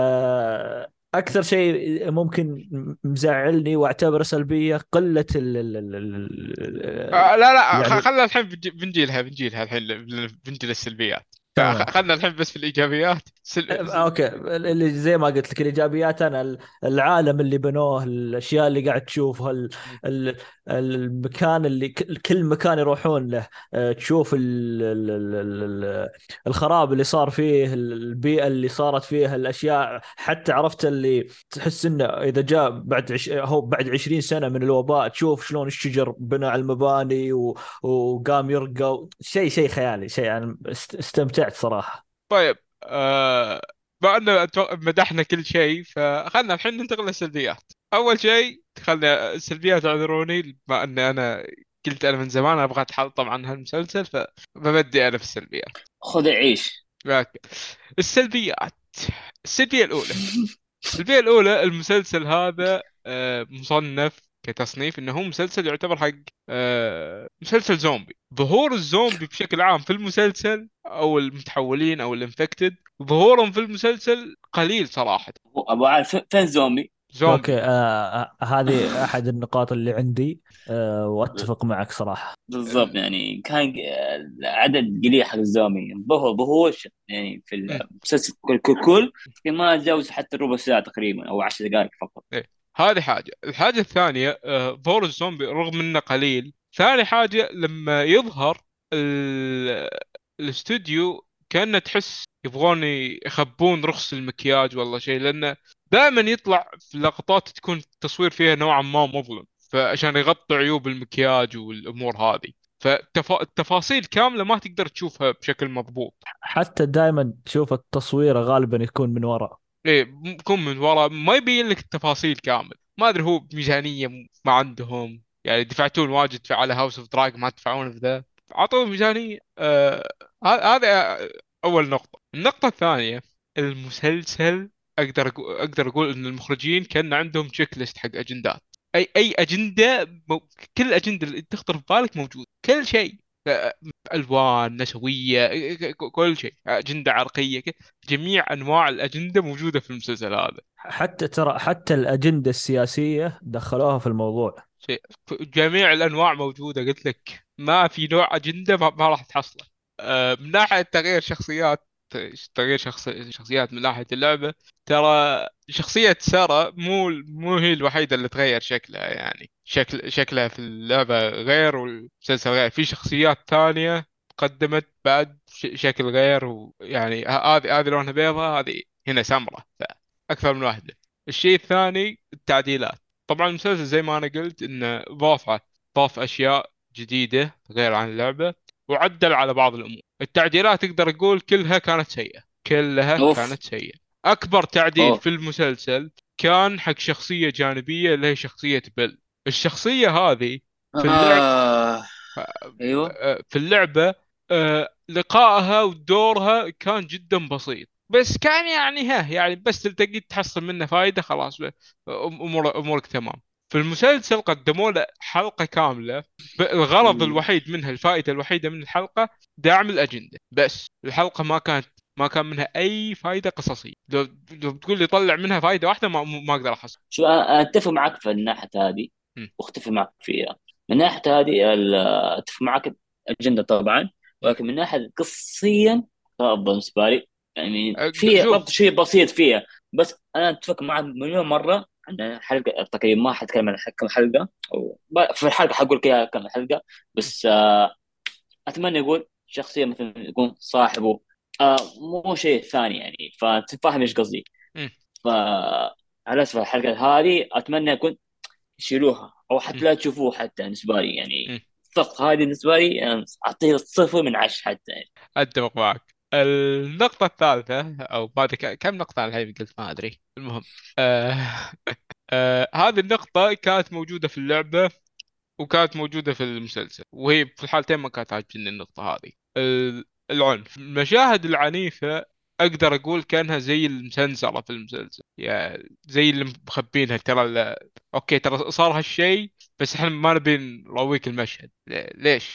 أكثر شيء ممكن مزعلني واعتبره سلبية قلة لا لا، يعني. خلنا الحين بنجيلها الحين، بنجي للسلبيات. تمام. خلنا الحين بس في الايجابيات. اوكي، اللي زي ما قلت لك الايجابيات، انا العالم اللي بنوه، الاشياء اللي قاعد تشوفها، ال- المكان اللي كل مكان يروحون له، تشوف الخراب اللي صار فيه، البيئة اللي صارت فيها، الاشياء. حتى عرفت اللي تحس انه اذا جاء هو بعد 20 سنة من الوباء، تشوف شلون الشجر بنى على المباني وقام يرقى. شيء خيالي، شيء انا استمتعت صراحة. طيب، بما ان مدحنا كل شيء، فخلنا الحين ننتقل للسلبيات. اول شيء خلنا السلبيات، اعذروني بما ان انا قلت انا من زمان ابغى اتحطم عن هالمسلسل، فببدي انا في السلبيات. خذ عيش. لكن السلبيات، السلبية الأولى السلبية الأولى، المسلسل هذا مصنف كتصنيف إنه هو مسلسل يعتبر حق مسلسل زومبي. ظهور الزومبي بشكل عام في المسلسل، أو المتحولين أو الانفكتد، ظهورهم في المسلسل قليل صراحة. ابو عارف فين زومبي؟ اوكي. زومبي. هذه احد النقاط اللي عندي. واتفق معك صراحة. بالضبط، ال... يعني كان عدد قليل حق الزومبي، ظهور يعني في م. المسلسل ككل ما تجاوز حتى ربع ساعة تقريبا أو 10 دقائق فقط. إيه. هذه حاجة. الحاجة الثانية ظهور الزومبي رغم انه قليل. ثاني حاجة لما يظهر ال... الاستوديو كأنه تحس يبغون يخبون رخص المكياج والله شيء، لأنه دائما يطلع في لقطات تكون التصوير فيها نوعا ما مظلم، فعشان يغطي عيوب المكياج والأمور هذه. فالتفاصيل كاملة ما تقدر تشوفها بشكل مضبوط. حتى دائما تشوف التصوير غالبا يكون من وراء. ايه، ممكن من ورا ما يبين لك التفاصيل كامل. ما ادري هو ميزانيه ما عندهم، يعني دفعتون واجد في على هاوس اوف دراج ما تدفعون في ذا. اعطوه ميزانيه. هذا اول نقطه. النقطه الثانيه، المسلسل اقدر اقول ان المخرجين كان عندهم تشيك ليست حق اجندات. اي اجنده كل اجنده اللي تخطر في بالك موجود، كل شيء. الوان نسويه، كل شيء، اجنده عرقيه، جميع انواع الاجنده موجوده في المسلسل هذا. حتى ترى حتى الأجندة السياسية دخلوها في الموضوع. شيء، جميع الانواع موجوده. قلت لك ما في نوع اجنده ما راح تحصله. من ناحيه تغيير شخصيات، تغيير شخصيات من ناحيه اللعبه. ترى شخصيه سارة مو هي الوحيده اللي تغير شكلها، يعني شكلها في اللعبه غير والمسلسل غير. في شخصيات ثانيه قدمت بعد شكل غير، ويعني هذه لونها بيضاء، هذه هنا سمراء، فاكثر من واحده. الشيء الثاني التعديلات. طبعا المسلسل زي ما انا قلت انه ضاف اشياء جديده غير عن اللعبه، وعدل على بعض الامور. التعديلات تقدر اقول كلها كانت سيئه، كلها أوف. كانت سيئه. اكبر تعديل في أوف. المسلسل كان حق شخصيه جانبيه اللي هي شخصيه بيل. الشخصيه هذه في اللعب آه. أيوه. في اللعبة لقائها ودورها كان جدا بسيط، بس كان يعني يعني بس تلتقي تحصل منه فائدة خلاص. أمورك تمام. في المسلسل قدموا له حلقة كاملة، الغرض مم. الوحيد منها، الفائدة الوحيدة من الحلقة دعم الأجندة بس. الحلقة ما كان منها أي فائدة قصصية. لو بتقول لي طلع منها فائدة واحدة ما أقدر أحصل. شو، أنا أتفق معك في الناحية هذه م- واختلف معك فيها. من ناحية هذه أتفق معك الأجندة طبعا، م. ولكن من ناحية قصيا أفضل بالنسبة لي. يعني في شوف. ربط شيء بسيط فيها، بس أنا أتفق معك مليون مرة. عن حلقة تقريبا ما حتكلم عن كم حلقة، أو في الحلقة حقول كذا كم حلقة. بس أتمنى يقول شخصية مثلا يكون صاحبه، مو شيء ثاني يعني، فتفهم إيش قصدي. م- على اسف الحلقه هذه اتمنى يكون يشيلوها او م- حتى لا تشوفوه حتى بالنسبه لي م. يعني. السقط هذه بالنسبه لي أنا اعطيه 0 من 10 حتى يعني. اتفق معك. النقطة الثالثة، او ما ادري كم نقطة على الحين قلت ما ادري، المهم. آه هذه النقطة كانت موجودة في اللعبة وكانت موجودة في المسلسل، وهي في الحالتين ما كانت عاجبني النقطة هذه. العنف، المشاهد العنيفة، اقدر اقول كانها زي المسنسرة في المسلسل، يعني زي اللي مخبينها. ترى اوكي، ترى صار هالشيء بس احنا ما نبي نرويك المشهد. ليش؟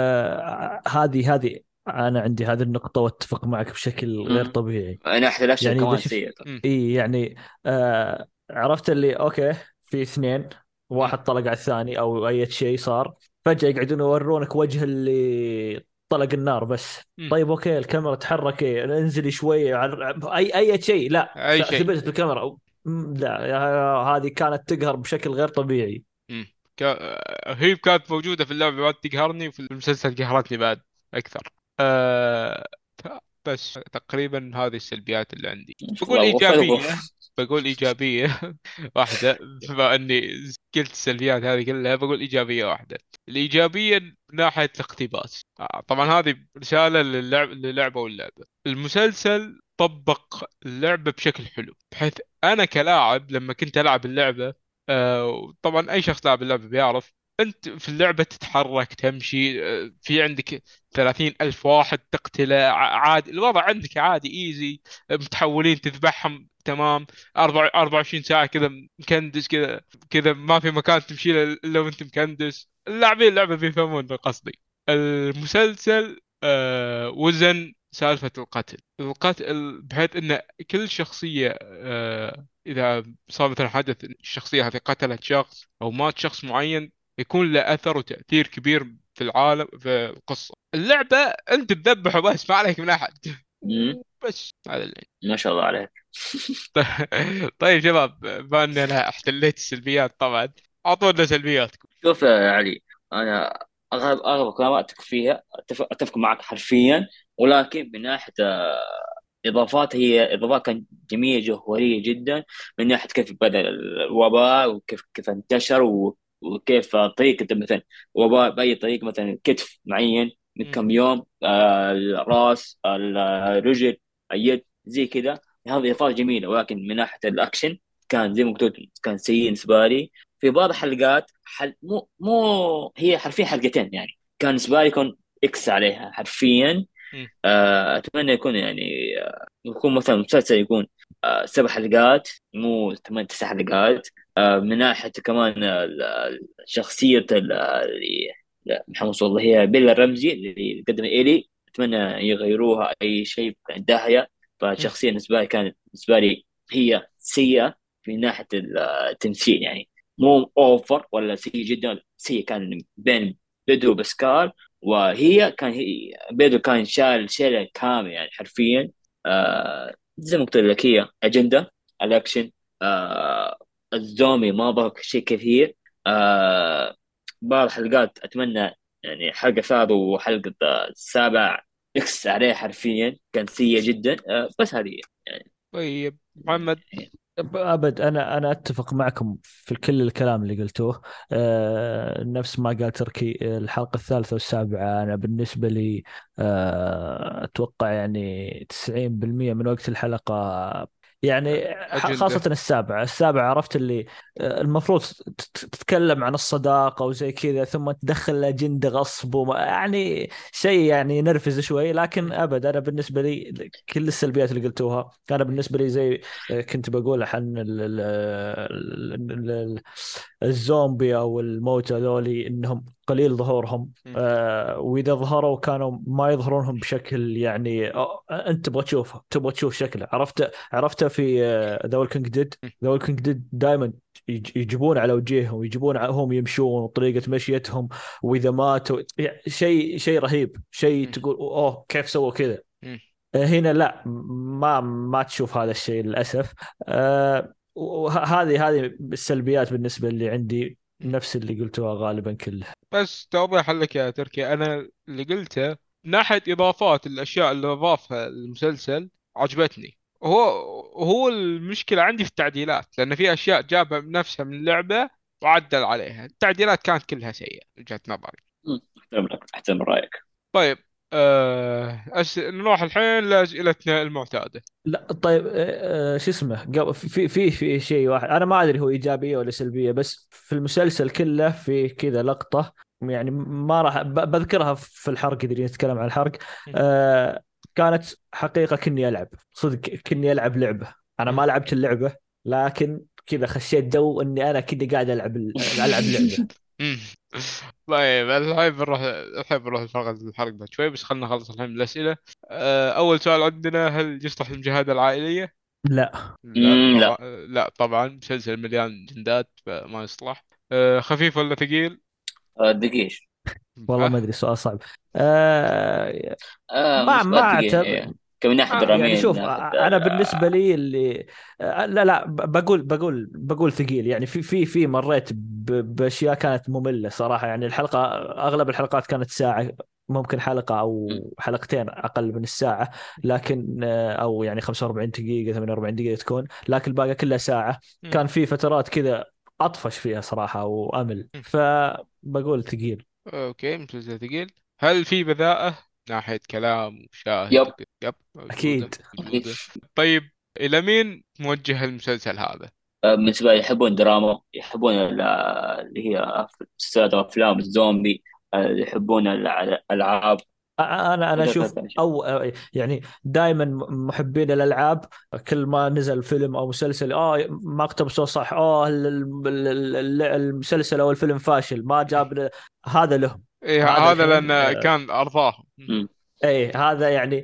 هذه أنا عندي هذه النقطة واتفق معك بشكل غير امم طبيعي. انا احد الاشياء يعني إذا كمان شفت، سيئه. مم. إي يعني عرفت اللي أوكي، في اثنين، مم. واحد طلق على الثاني أو أي شيء صار، فجأة يقعدون يورونك وجه اللي طلق النار بس. مم. طيب أوكي، الكاميرا تحركي، انزلي شوي، أي شيء، لا اي شيء. ثبتت الكاميرا. لا هذه كانت تقهر بشكل غير طبيعي. مم. هي كانت موجودة في اللعبة بعد تقهرني، وفي المسلسل قهرتني بعد أكثر. أه... بس تقريبا هذه السلبيات اللي عندي. بقول الله وفقه. إيجابية. بقول إيجابية واحدة. بما أني قلت السلبيات هذه كلها، بقول إيجابية واحدة. الإيجابية من ناحية الاقتباس. طبعا هذه رسالة للعبة واللعبة. المسلسل طبق اللعبة بشكل حلو، بحيث أنا كلاعب لما كنت ألعب اللعبة، طبعا اي شخص لاعب اللعبه بيعرف، انت في اللعبه تتحرك تمشي، في عندك 30,000 واحد تقتله عادي، الوضع عندك عادي ايزي. متحولين تذبحهم تمام. 24 ساعه كذا مكندس كذا، كذا ما في مكان تمشي له الا وانت مكندس. اللاعبين اللعبه بيفهمون قصدي. المسلسل وزن سالفة القتل بحيث ان كل شخصية اذا صار مثلا حدث إن الشخصية هذه قتلت شخص او مات شخص معين، يكون له اثر وتأثير كبير في العالم في القصة. اللعبة انت تذبح وبس، ما عليك من احد. مم. بس هذا اللي. ما شاء الله عليك. طيب شباب، بما اني انا احتليت السلبيات طبعا، اعطونا سلبياتكم. شوف يا علي، انا اغلب كلاماتك فيها اتفق معك حرفيا، ولكن من ناحيه اضافات، هي اضافات كانت جميله جوهريه جدا. من ناحيه كيف بدا الوباء، وكيف انتشر، وكيف طريقه مثلا وباء باي طريقه، مثلا كتف معين من مم. كم يوم، الراس، الرجل، اليد، زي كذا. هذه اضافات جميله، ولكن من ناحيه الاكشن كان زي ما قلت، كان سيء بالنسبه لي. في بعض الحلقات مو هي حرفيا حلقتين يعني، كان بالنسبه لي يكون اكس عليها حرفيا. مم. اتمنى يكون يعني يكون مثلا مسلسل يكون 7 حلقات، مو 8 9 حلقات. من ناحيه كمان شخصيه محمد صلى الله، هي بيلا الرمزي اللي قدم إيلي، اتمنى يغيروها اي شيء داهيه. مم. فالشخصيه بالنسبه لي كانت بالنسبه لي هي سيئه في ناحيه التمثيل يعني، مو اوفر ولا سيء جدا، سيء كان بين بدو وبسكال. هي بيدو كان شايل كامل يعني حرفيا. زي ما قلت لك، هي اجنده، الاكشن، آه الزومي ما ضاف شيء كثير. آه بعض الحلقات اتمنى يعني حلقه ثالث وحلقه السابع اكس عليه حرفيا، كان سيء جدا. بس هذه يعني. طيب محمد. أبد، أنا أتفق معكم في كل الكلام اللي قلتوه. نفس ما قال تركي، الحلقة الثالثة والسابعة أنا بالنسبة لي أتوقع يعني 90% من وقت الحلقة، يعني أجندة. خاصة السابعة عرفت اللي المفروض تتكلم عن الصداقة وزي كذا، ثم تدخل الأجندة غصب يعني شيء يعني ينرفز شوي. لكن أبد، أنا بالنسبة لي كل السلبيات اللي قلتوها، أنا بالنسبة لي زي كنت بقول عن الزومبي او الموتى ذولي انهم قليل ظهورهم. مم. واذا ظهروا كانوا ما يظهرونهم بشكل يعني انت تبغى تشوف شكله. عرفته في ذا ووكينج ديد. مم. ذا ووكينج ديد دائما يجيبون على وجيههم، يجيبون هم يمشون وطريقة مشيتهم، واذا ماتوا يعني شيء رهيب، شيء مم. تقول اوه كيف سووا كذا. مم. هنا لا، ما تشوف هذا الشيء للأسف. وهذه السلبيات بالنسبة اللي عندي، مم. نفس اللي قلتوها غالبا كله. بس توضيح لك يا تركي، أنا اللي قلته من ناحية إضافات الأشياء اللي أضافها المسلسل عجبتني. هو المشكلة عندي في التعديلات، لأن في أشياء جابها بنفسها من اللعبة وعدل عليها. التعديلات كانت كلها سيئة من وجهة نظري. احترم لك، احترم رايك. طيب نروح الحين لأسئلتنا المعتادة. لا طيب، شو اسمه، في شيء واحد انا ما ادري هو ايجابيه ولا سلبيه، بس في المسلسل كله في كذا لقطه، يعني ما راح بذكرها في الحرق اذا نتكلم عن الحرق. مم. آه، كانت حقيقه كني العب صدق، كني العب لعبه. انا مم. ما لعبت اللعبه، لكن كذا خشيت جو اني انا كذا قاعد العب لعبه. مم. طيب الحين بنروح الحلقة بعد شوي، بس خلينا نخلص الحين من الأسئلة. أول سؤال عندنا: هل يصلح للمشاهدة العائلية؟ لا لا طبعا. لا. لا طبعا، مسلسل مليان جندات فما يصلح. خفيف ولا ثقيل؟ دقيقة. والله ما ها. ادري، سؤال صعب. آه، ما بالنسبة لي دقيقة اعتبر. إيه. كم من ناحية يعني درامية، من شوف، ناحية انا بالنسبه لي اللي لا بقول ثقيل. يعني في مريت باشياء كانت ممله صراحه. يعني اغلب الحلقات كانت ساعه، ممكن حلقه او حلقتين اقل من الساعه. لكن او يعني 45 دقيقه 48 دقيقه تكون، لكن الباقي كلها ساعه. مم. كان في فترات كذا اطفش فيها صراحه وامل، مم. فبقول ثقيل. اوكي، مسلسل ثقيل. هل في بذاءة ناحية كلام وشاهد يب. وكذا؟ يب، موجودة اكيد. أكيد. موجودة. طيب، إلى مين موجه المسلسل هذا؟ بالنسبة لي يحبون دراما، يحبون اللي هي مسلسلات وأفلام الزومبي، يحبون الألعاب. انا هذول اشوف، ثلاث أشياء. او يعني دائما محبين الالعاب، كل ما نزل فيلم او مسلسل ما اكتب صوت صح، المسلسل او الفيلم فاشل ما جاب هذا له. إيه، هذا هذا الحين لأن كان أرضاهم. مم. اي هذا يعني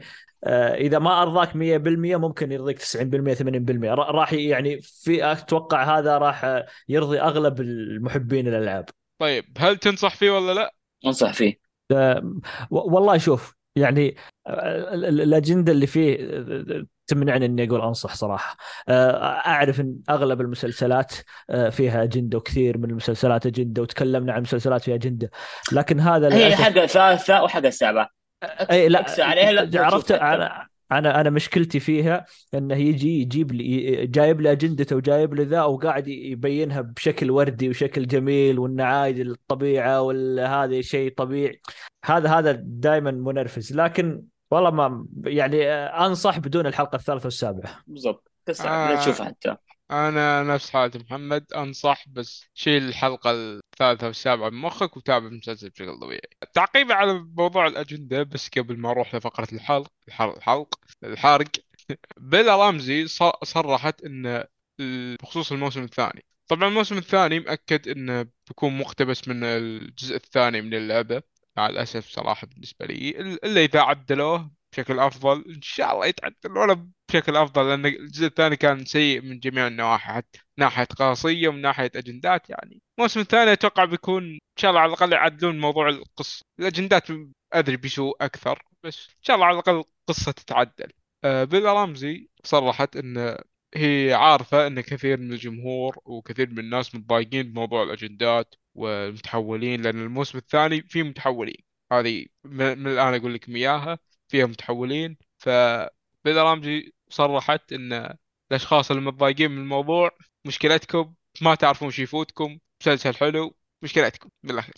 اذا ما ارضاك 100% ممكن يرضيك 90% 80%. راح يعني في اتوقع هذا راح يرضي اغلب المحبين الالعاب. طيب هل تنصح فيه ولا لا؟ انصح فيه. والله شوف يعني الاجنده اللي فيه تمنعني اني اقول انصح صراحه. اعرف ان اغلب المسلسلات فيها اجنده، وكثير من المسلسلات اجنده، وتكلمنا عن مسلسلات فيها اجنده، لكن هذا هي للاسف. حق الثالثة وحق السابعة، اي لا، اقسى عليها لا تشوف عرفت. حتى. انا مشكلتي فيها انه يجي يجيب لي، جايب لي اجندته وجايب لي ذا، وقاعد يبينها بشكل وردي وشكل جميل، وان عادي الطبيعه وهذا شيء طبيعي. هذا دائما منرفز. لكن والله ما يعني انصح بدون الحلقه الثالثه والسابعه. بالضبط، قسى لا آه تشوفها حتى. انا نفس حالة محمد، انصح بس شيل الحلقة الثالثة والسابعة من مخك وتابع المسلسل بشكل طبيعي. تعقيبا على موضوع الاجندة، بس قبل ما اروح لفقرة الحرق. بيلا رامزي صرحت ان بخصوص الموسم الثاني. طبعا الموسم الثاني مأكد انه بيكون مقتبس من الجزء الثاني من اللعبة. مع الأسف صراحة بالنسبة لي، إلا إذا عدلوه بشكل أفضل، إن شاء الله يتعدلونه بشكل أفضل، لأن الجزء الثاني كان سيء من جميع النواحي، حتى من ناحية قصية ومن ناحية أجندات. يعني الموسم الثاني أتوقع بيكون إن شاء الله على الأقل يعدلون موضوع القصة. الأجندات أدري بيسوء أكثر، بس إن شاء الله على الأقل القصة تتعدل. بيلا رامزي صرحت ان هي عارفة ان كثير من الجمهور وكثير من الناس متضايقين بموضوع الاجندات والمتحولين، لان الموسم الثاني فيه متحولين. هذه من الان اقول لكم اياها، فيها متحولين. فبيلا رامزي صرحت ان الاشخاص اللي متضايقين من الموضوع، مشكلتكم، ما تعرفون شو يفوتكم، مسلسل حلو، مشكلتكم بالاخير.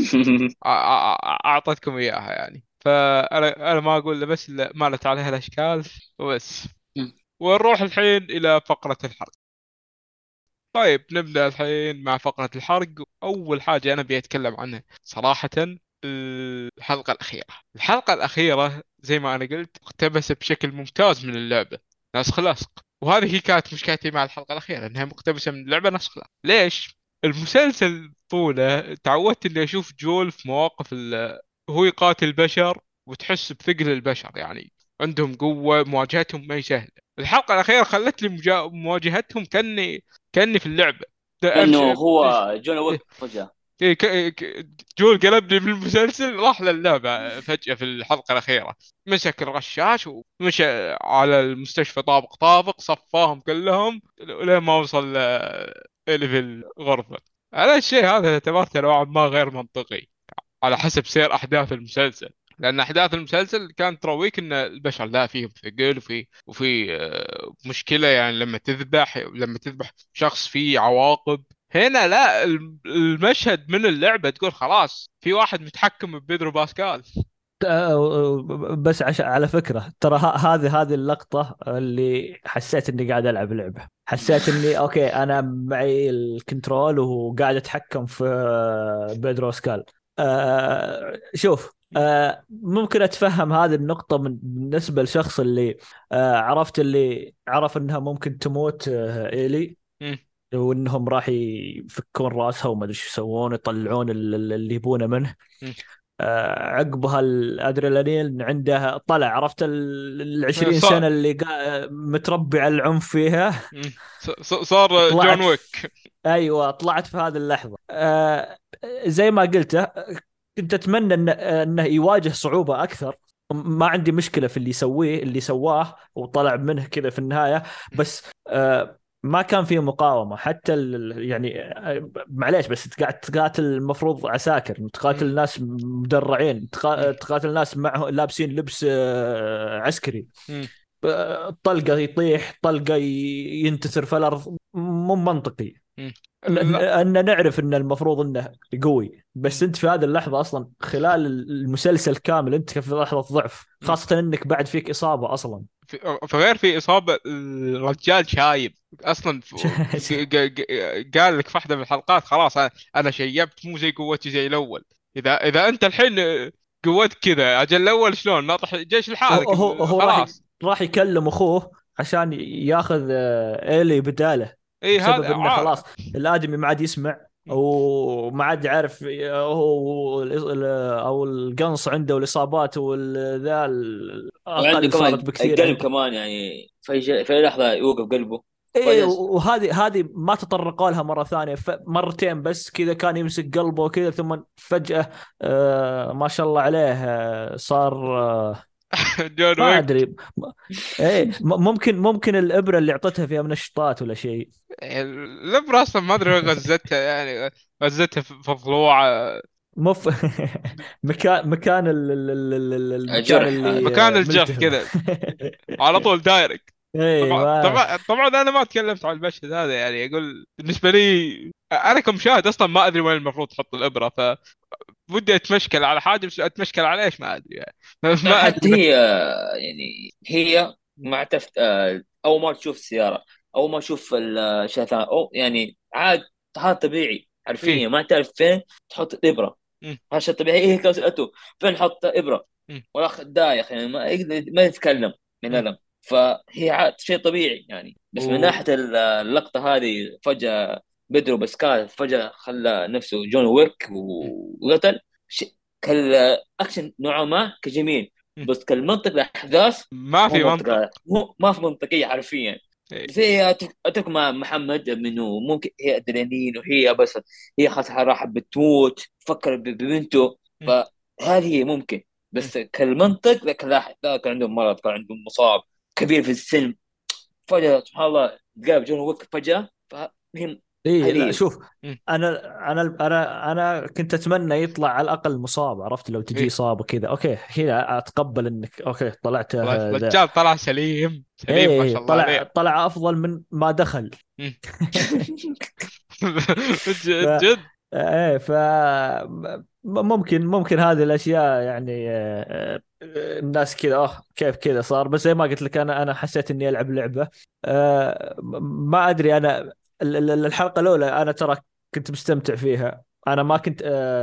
اعطتكم اياها يعني. فانا ما اقول له، بس إلا مالت عليها الاشكال وبس. ونروح الحين الى فقرة الحرق. طيب نبدأ الحين مع فقرة الحرق. أول حاجة أنا أبي أتكلم عنها صراحة، الحلقة الأخيرة. الحلقة الأخيرة زي ما أنا قلت مقتبسة بشكل ممتاز من اللعبة، نسخ لصق. وهذه هي كانت مشكلتي مع الحلقة الأخيرة، أنها مقتبسة من اللعبة نسخ لصق. ليش؟ المسلسل طوله تعودت إني أشوف جول في مواقف هو يقاتل بشر وتحس بثقل البشر، يعني عندهم قوة، مواجهتهم ما هي سهلة. الحلقة الأخيرة خلت لي مواجهتهم كأني في اللعبة. كأنه أمشي. هو جون ويك فجأة. إيه، جول قلبني من المسلسل راح للعبة فجأة في الحلقة الأخيرة. مسك الرشاش ومشى على المستشفى طابق طابق، صفاهم كلهم لين ما وصل إلي في الغرفة. على الشيء هذا اعتبرته نوعا ما غير منطقي على حسب سير أحداث المسلسل، لأن أحداث المسلسل كانت ترويك أن البشر لا فيهم ثقل، وفي مشكلة، يعني لما تذبح شخص فيه عواقب. هنا لا، المشهد من اللعبة تقول خلاص في واحد متحكم ببيدرو باسكال. بس على فكرة ترى هذه اللقطة اللي حسيت اني قاعد العب لعبة. حسيت اني اوكي، انا معي الكنترول وقاعد اتحكم في بيدرو سكال. شوف، ممكن اتفهم هذه النقطة بالنسبة للشخص اللي عرفت، اللي عرف انها ممكن تموت إيلي، مم. وانهم راح يفكون راسها وما ادري شو يسوون، يطلعون اللي يبونه منه. مم. عقبها الادرينالين عنده طلع، عرفت العشرين صار سنة اللي متربي على العنف فيها. صار جون طلعت ويك. ايوه، طلعت في هذه اللحظة. زي ما قلت، كنت اتمنى انه يواجه صعوبة اكثر. ما عندي مشكلة في اللي يسويه، اللي سواه وطلع منه كذا في النهاية. بس ما كان فيه مقاومة حتى يعني معليش، بس قاعد تقاتل المفروض عساكر، مم. تقاتل ناس مدرعين، تقاتل ناس معه لابسين لبس عسكري. مم. طلقة يطيح، طلقة ينتثر في الأرض، مو منطقي. مم. لا. ان نعرف ان المفروض انه قوي، بس انت في هذه اللحظه اصلا خلال المسلسل كامل انت في لحظه ضعف، مم. خاصه انك بعد فيك اصابه اصلا. فغير في إصابة، الرجال شايب أصلا. قال لك في واحدة من الحلقات خلاص أنا شيبت، مو زي قوتي زي الأول. إذا أنت الحين قوتك كذا، أجل الأول شلون ناطح جيش لحالك هو خلاص. راح يكلم اخوه عشان ياخذ إيلي بداله، إي بسبب هذا انه خلاص الادمي ما عاد يسمع، وما عاد عارف هو او القنص عنده والاصابات والذا وعنده اقل صارت كمان بكثير القلب عنده. كمان، يعني في لحظة يوقف قلبه ايه، فجأة. وهذه ما تطرقوا لها مره ثانيه، مرتين بس كذا كان يمسك قلبه وكذا، ثم فجاه ما شاء الله عليه صار جون ما ويك. ادري. ايه، ممكن الابره اللي اعطتها فيها منشطات ولا شيء. الإبرة أصلا ما أدري وين غزتها، يعني غزتها في ضلوعه. مف مكان المكان جرح اللي هذا. مكان الجرح ملتهب. كذا، على طول دايركت. ايه طبعا ما طبعا طبعا انا ما تكلمت عن المشهد هذا، يعني اقول بالنسبه لي انا كمشاهد اصلا ما ادري وين المفروض تحط الابره، فودي اتمشكل على حاجه، بس اتمشكل على ايش ما ادري يعني. ما ادري حتى بس. هي يعني هي ما تفت أول ما تشوف السيارة، أول ما تشوف الأشياء الثانية، أو يعني عاد هذا طبيعي ايه. حرفيا، ما تعرف فين تحط الإبرة. مم. هذا شيء طبيعي، هي كاس أتو فين نحط إبرة؟ مم. والأخ دايخ يعني ما يقدر ما يتكلم من مم. الألم. فهي عاد شيء طبيعي يعني، بس من و... ناحية اللقطة هذه فجأة بيدرو باسكال فجأة خلى نفسه جون ويك مم. وقتل كالأكشن نوعا ما كجميل، مم. بس كالمنطق الأحداث ما مو في منطق. منطقة، مو ما في منطقية حرفيا. إيه. بس هي أترك مع محمد منه، ممكن هي أدرينالين وهي بس هي خلاص راح بتموت، فكر ببنته، مم. فهذه هي ممكن. مم. بس كالمنطق ذاك كان عندهم مرض، كان عندهم مصاب كبير في السن، فجأة سبحان الله تقابل جون ويك فجأة، فهم ايه، لا هذه. شوف، مم. انا كنت اتمنى يطلع على الاقل مصاب، عرفت؟ لو تجي ايه. اصابه كذا اوكي، هنا اتقبل انك اوكي والله طلعته ذا. الرجال طلع سليم سليم، ما ايه، شاء الله عليه. طلع افضل من ما دخل. مم. جد جد. ايه، ممكن هذه الاشياء يعني الناس كذا كيف كذا صار. بس زي ما قلت لك، انا حسيت اني العب لعبه ما ادري انا. الحلقه الاولى انا ترى كنت مستمتع فيها. انا ما مم. كنت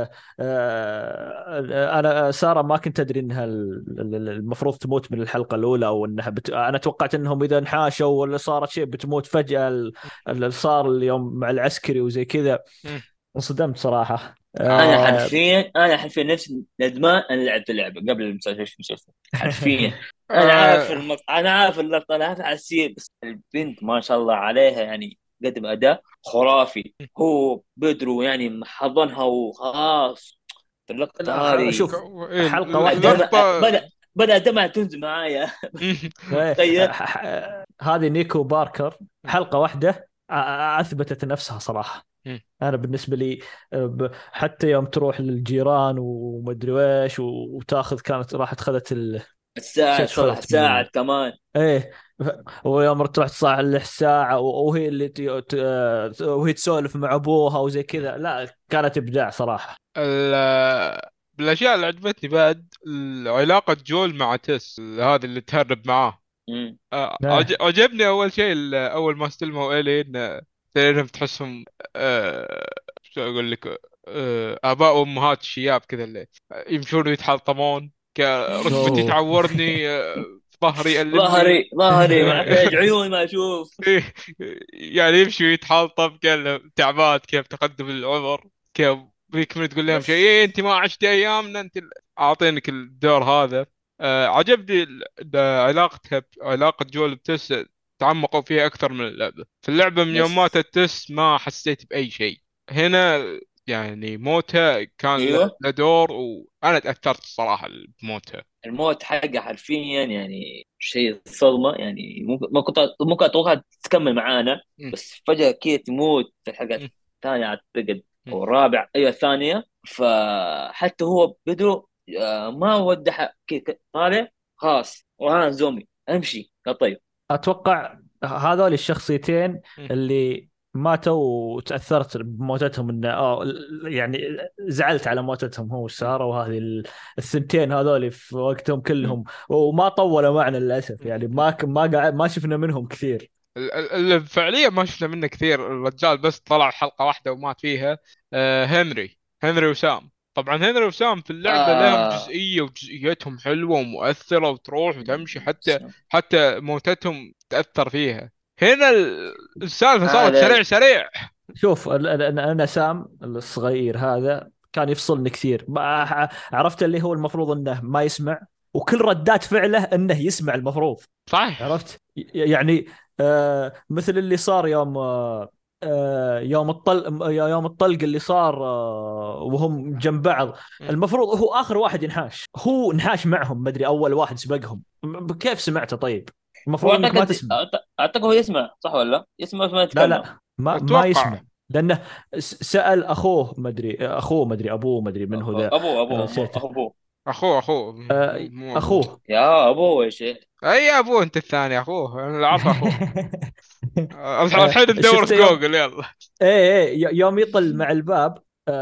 انا ساره ما كنت ادري انها المفروض تموت من الحلقه الاولى، او انها انا توقعت انهم اذا انحاشوا ولا صارت شيء بتموت فجاه. اللي صار اليوم مع العسكري وزي كذا مم. انصدمت صراحة. انا حرفيا نفسي ندمان انا لعبت اللعبه قبل المسلسل حرفيا. آه. انا عارف اللقطه، انا عارف عسير، بس البنت ما شاء الله عليها يعني قدم اداء خرافي. هو بيدرو يعني حضنها وخلاص في اللقطه لا هذه. شوف، إيه، حلقة واحدة. دمع اللقطة. بدا دمع تنزل معايا. إيه، تخيل. هذه نيكو باركر حلقة واحدة أثبتت نفسها صراحة. أنا بالنسبة لي حتى يوم تروح للجيران ومدري ويش وتاخذ، كانت راحت خذت الساعه نسيت شو صلح خذت من ساعه كمان. ايه. ويوم تروح تصلح الساعة وهي اللي وهي تسولف مع أبوها وزي كذا، لا كانت إبداع صراحة. بالاشياء اللي عجبتني بعد علاقة جول مع تيس، هذا اللي تهرب معاه. مم. إيه. عجبني اول شيء اول ما استلموا الين، تلاقيهم تحسهم شو اقول لك، اباء وامهات الشياب كذا اللي يمشون ويتحلطمون، ركبتي اوه. تعورني، ظهري يألمني. ظهري ما في عيوني ما اشوف. إيه، يعني يمشي ويتحلطم كذا تعبان، كيف تقدم العمر، كيف فيك من تقول لهم شيء، بس إيه انت ما عشت ايامنا، انت اعطينك الدور هذا. عجبني علاقتها علاقة جول بتس، تعمقوا فيها اكثر من اللعبة. في اللعبة من يوم بس ماتت تس ما حسيت باي شيء. هنا يعني موتها كان له ايوه، له دور، وانا تاثرت الصراحة بموتها. الموت حقه حرفيا يعني شيء صدمه يعني، ممكن اتوقع تكمل معانا، م- بس فجاه كذا تموت في الحلقه م- الثانيه اعتقد م. او الرابع، ايوه الثانيه. فحتى هو بدرو ما ودح كذا طالع خلاص وانا زومي امشي يا طيب. اتوقع هذول الشخصيتين م. اللي ماتوا وتاثرت بموتتهم، انه يعني زعلت على موتتهم هو وساره، وهذه الثنتين هذول في وقتهم م- كلهم، وما طولوا معنا للاسف، يعني م. ما قاعد ما شفنا منهم كثير. فعليا ما شفنا منه كثير، الرجال بس طلع حلقة واحدة ومات فيها. هنري وسام. طبعا هنري وسام في اللعبة لهم آه جزئية، وجزئيتهم حلوة ومؤثرة وتروح وتمشي، حتى موتتهم تأثر فيها. هنا السالفة صارت هذا سريع سريع. شوف انا سام الصغير هذا كان يفصلني كثير، عرفت اللي هو المفروض انه ما يسمع، وكل ردات فعله انه يسمع المفروض. صحيح. عرفت يعني مثل اللي صار يوم يوم الطلق اللي صار وهم جنب بعض. مم. المفروض هو اخر واحد ينحاش، هو نحاش معهم، ما ادري اول واحد سبقهم. كيف سمعته طيب؟ هو المفروض انك ما اعتقد تسمع. اعتقد هو يسمع صح ولا لا؟ يسمع بس ما لا يتكلم. لا، ما اتوقع. يسمع، لانه سأل اخوه، ما ادري اخوه، ما ادري ابوه، ما ادري من هو ذا. ابوه نسيته. ابوه. اخوه مو ابوه. اخوه. يا ابوه يا شيخ. اي ابوه، انت الثاني اخوه، انا اللي عارف اخوه. الحين ندور في شفت يوم، جوجل يلا. ايه يوم يطل مع الباب،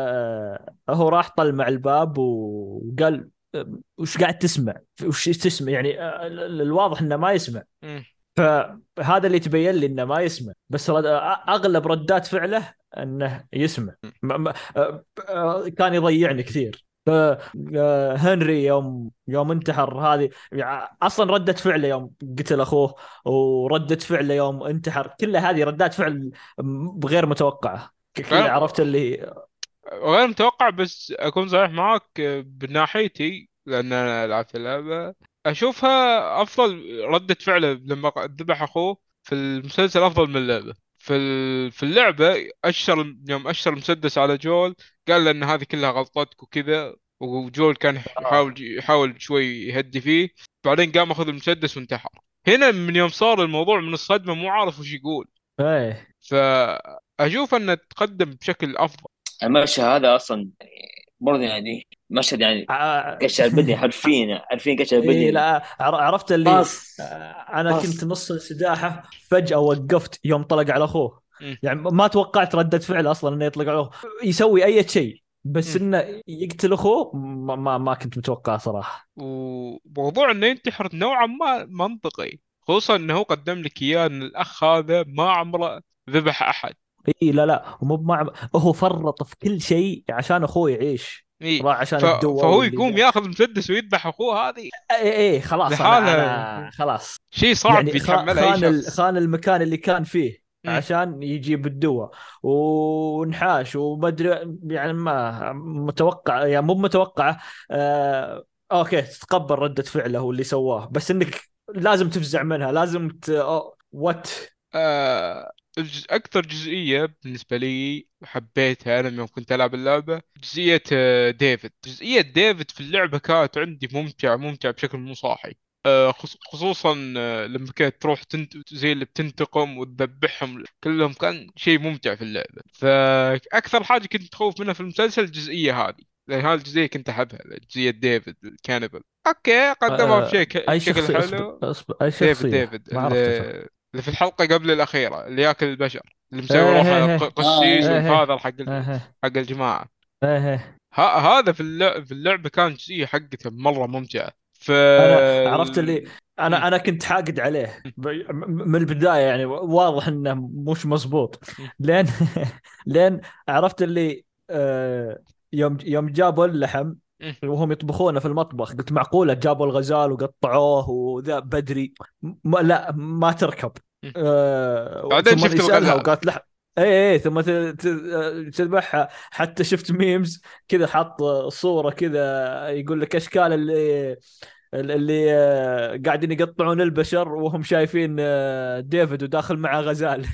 هو راح طل مع الباب وقال وش قاعد تسمع؟ وش تسمع يعني؟ الواضح انه ما يسمع. مم. فهذا اللي تبين لي انه ما يسمع، بس اغلب ردات فعله انه يسمع. كان يضيعني كثير. هنري يوم انتحر هذه، يعني اصلا ردة فعله يوم قتل اخوه، وردة فعله يوم انتحر، كلها هذه ردات فعل غير متوقعة. كذا غير عرفت اللي. غير متوقع، بس اكون صريح معك بناحيتي، لان انا لعبت اللعبه. اشوفها افضل ردة فعله لما ذبح اخوه في المسلسل افضل من اللعبه. في اللعبه يوم اشر المسدس على جول، قال له ان هذه كلها غلطتك وكذا. وجول كان آه. يحاول شوي يهدي فيه. بعدين قام اخذ المسدس وانتحر. هنا من يوم صار الموضوع من الصدمه مو عارف وش يقول. ايه. فاشوف انه تقدم بشكل افضل. المشهد هذا اصلا برضه يعني مشهد يعني ع- قشعر بدني، حرفيا حرفيا قشعر ايه بدني. لا، عرفت اللي. طاس انا كنت طاس. نص السداحه فجاه وقفت يوم طلق على اخوه. يعني ما توقعت ردة فعل اصلا انه يطلق على اخوه يسوي اي شيء، بس مم. انه يقتل اخوه ما كنت متوقع صراحه. وموضوع انه ينتحر نوعا ما منطقي، خصوصا انه هو قدم لك اياه ان الاخ هذا ما عمره ذبح احد. اي لا لا، ومو هو فرط في كل شيء عشان اخوه يعيش. اي. راح عشان الدواء فهو واللي يقوم ذا. ياخذ مسدس ويذبح اخوه، هذه ايه خلاص، لحالها انا خلاص. شيء صعب يعني يتحمله اي شخص. خان المكان اللي كان فيه مم. عشان يجيب الدواء، ونحاش وما ادري يعني، ما متوقع يعني مو متوقعه. اوكي تتقبل ردة فعله واللي سواه، بس انك لازم تفزع منها، لازم وات. اكثر جزئيه بالنسبه لي حبيتها انا يوم كنت العب اللعبه، جزئيه ديفيد. جزئيه ديفيد في اللعبه كانت عندي ممتعه بشكل مو صاحي. خصوصا لما كانت تروح زي اللي بتنتقم وتذبحهم كلهم، كان شيء ممتع في اللعبه. فاكثر حاجه كنت متخوف منها في المسلسل الجزئيه هذه، لان هذه الجزئيه كنت احبها، جزئيه ديفيد الكانيبال. اوكي قدموها اي بشكل شخصية؟ اصبر حلو. اصبر، اي ديفيد شخصية ديفيد ما عرفت. اللي في الحلقة قبل الأخيرة، اللي ياكل البشر، اللي مسوي ايه روحه ايه اه قسيس ايه والفاذر ايه حق ايه حق الجماعة. ايه ايه. هذا في اللعبة كان جزئية حقته مرة ممتعة. انا عرفت اللي. مم. انا كنت حاقد عليه من البدايه، يعني واضح انه مش مزبوط. مم. لين لين عرفت اللي يوم جابوا اللحم مم. وهم يطبخونه في المطبخ، قلت معقوله جابوا الغزال وقطعوه وذا بدري؟ لا ما تركب. مم. بعدين ثم شفت يسالها الغزال. وقالت لحم. اي ثم تذبحها. حتى شفت ميمز كذا، حط صورة كذا يقول لك اشكال اللي قاعدين يقطعون البشر وهم شايفين ديفيد وداخل معه غزال.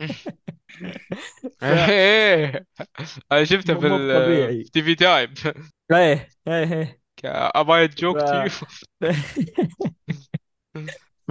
ف ايه انا شفته مو في بطبيعي. تي في تايم. ايه. اباي ف جوك تو يو. ف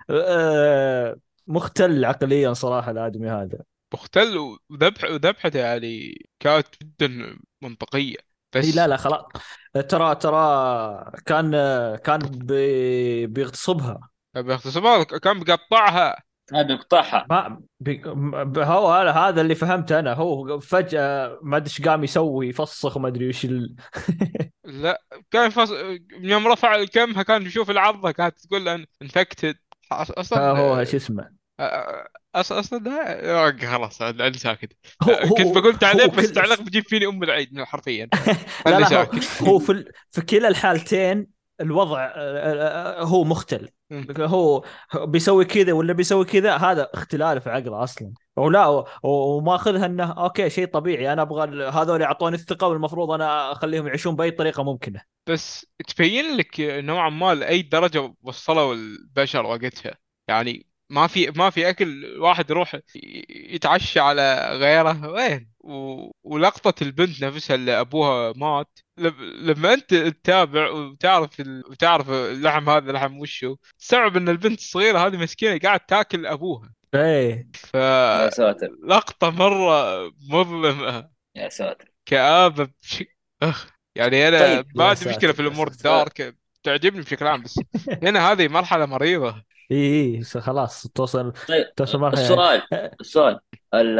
مختل عقليا صراحة الآدمي هذا. مختل. وذبحته يعني كانت جدا منطقية. اي لا بس لا خلاص. ترى كان بيغتصبها. باختصار كان بيقطعها. هذا قطعها. ما هو هذا اللي فهمته انا، هو فجأة ما ادري ايش قام يسوي، يفسخ وما ادري ايش لا، كان يوم رفع الكمها كان يشوف العضة كانت تقول له انفكتد ها اصلا. هو ايش اسمه. اصلا خلاص انا ساكت. هو كنت هو بقول تعليق، هو بس كل تعليق بجيب فيني ام العيد حرفيا. لا خلني لا، ساكت. هو في كلا الحالتين الوضع هو مختل. هو بيسوي كذا ولا بيسوي كذا، هذا اختلال في عقله اصلا. ولا وماخذها انه اوكي شيء طبيعي، انا ابغى هذول يعطوني الثقه والمفروض انا اخليهم يعيشون باي طريقه ممكنه. بس تبين لك نوعا ما لأي درجة وصلوا البشر وقتها. يعني ما في أكل، واحد يروح يتعشى على غيره وين ولقطة البنت نفسها اللي أبوها مات. لما أنت تتابع وتعرف اللحم هذا لحم وشه، تستوعب أن البنت الصغيرة هذه مسكينة قاعد تاكل أبوها. ايه. يا ساتر. فلقطة مرة مظلمة، يا ساتر. كآبة يعني انا طيب. ما يا عندي مشكله ساتر في يا الامور آه، الدارك، تعجبني بشكل عام، بس هنا هذه مرحله مريضه. ايه ايه خلاص توصل، طيب، توصل مرحله يعني. السؤال السؤال ال-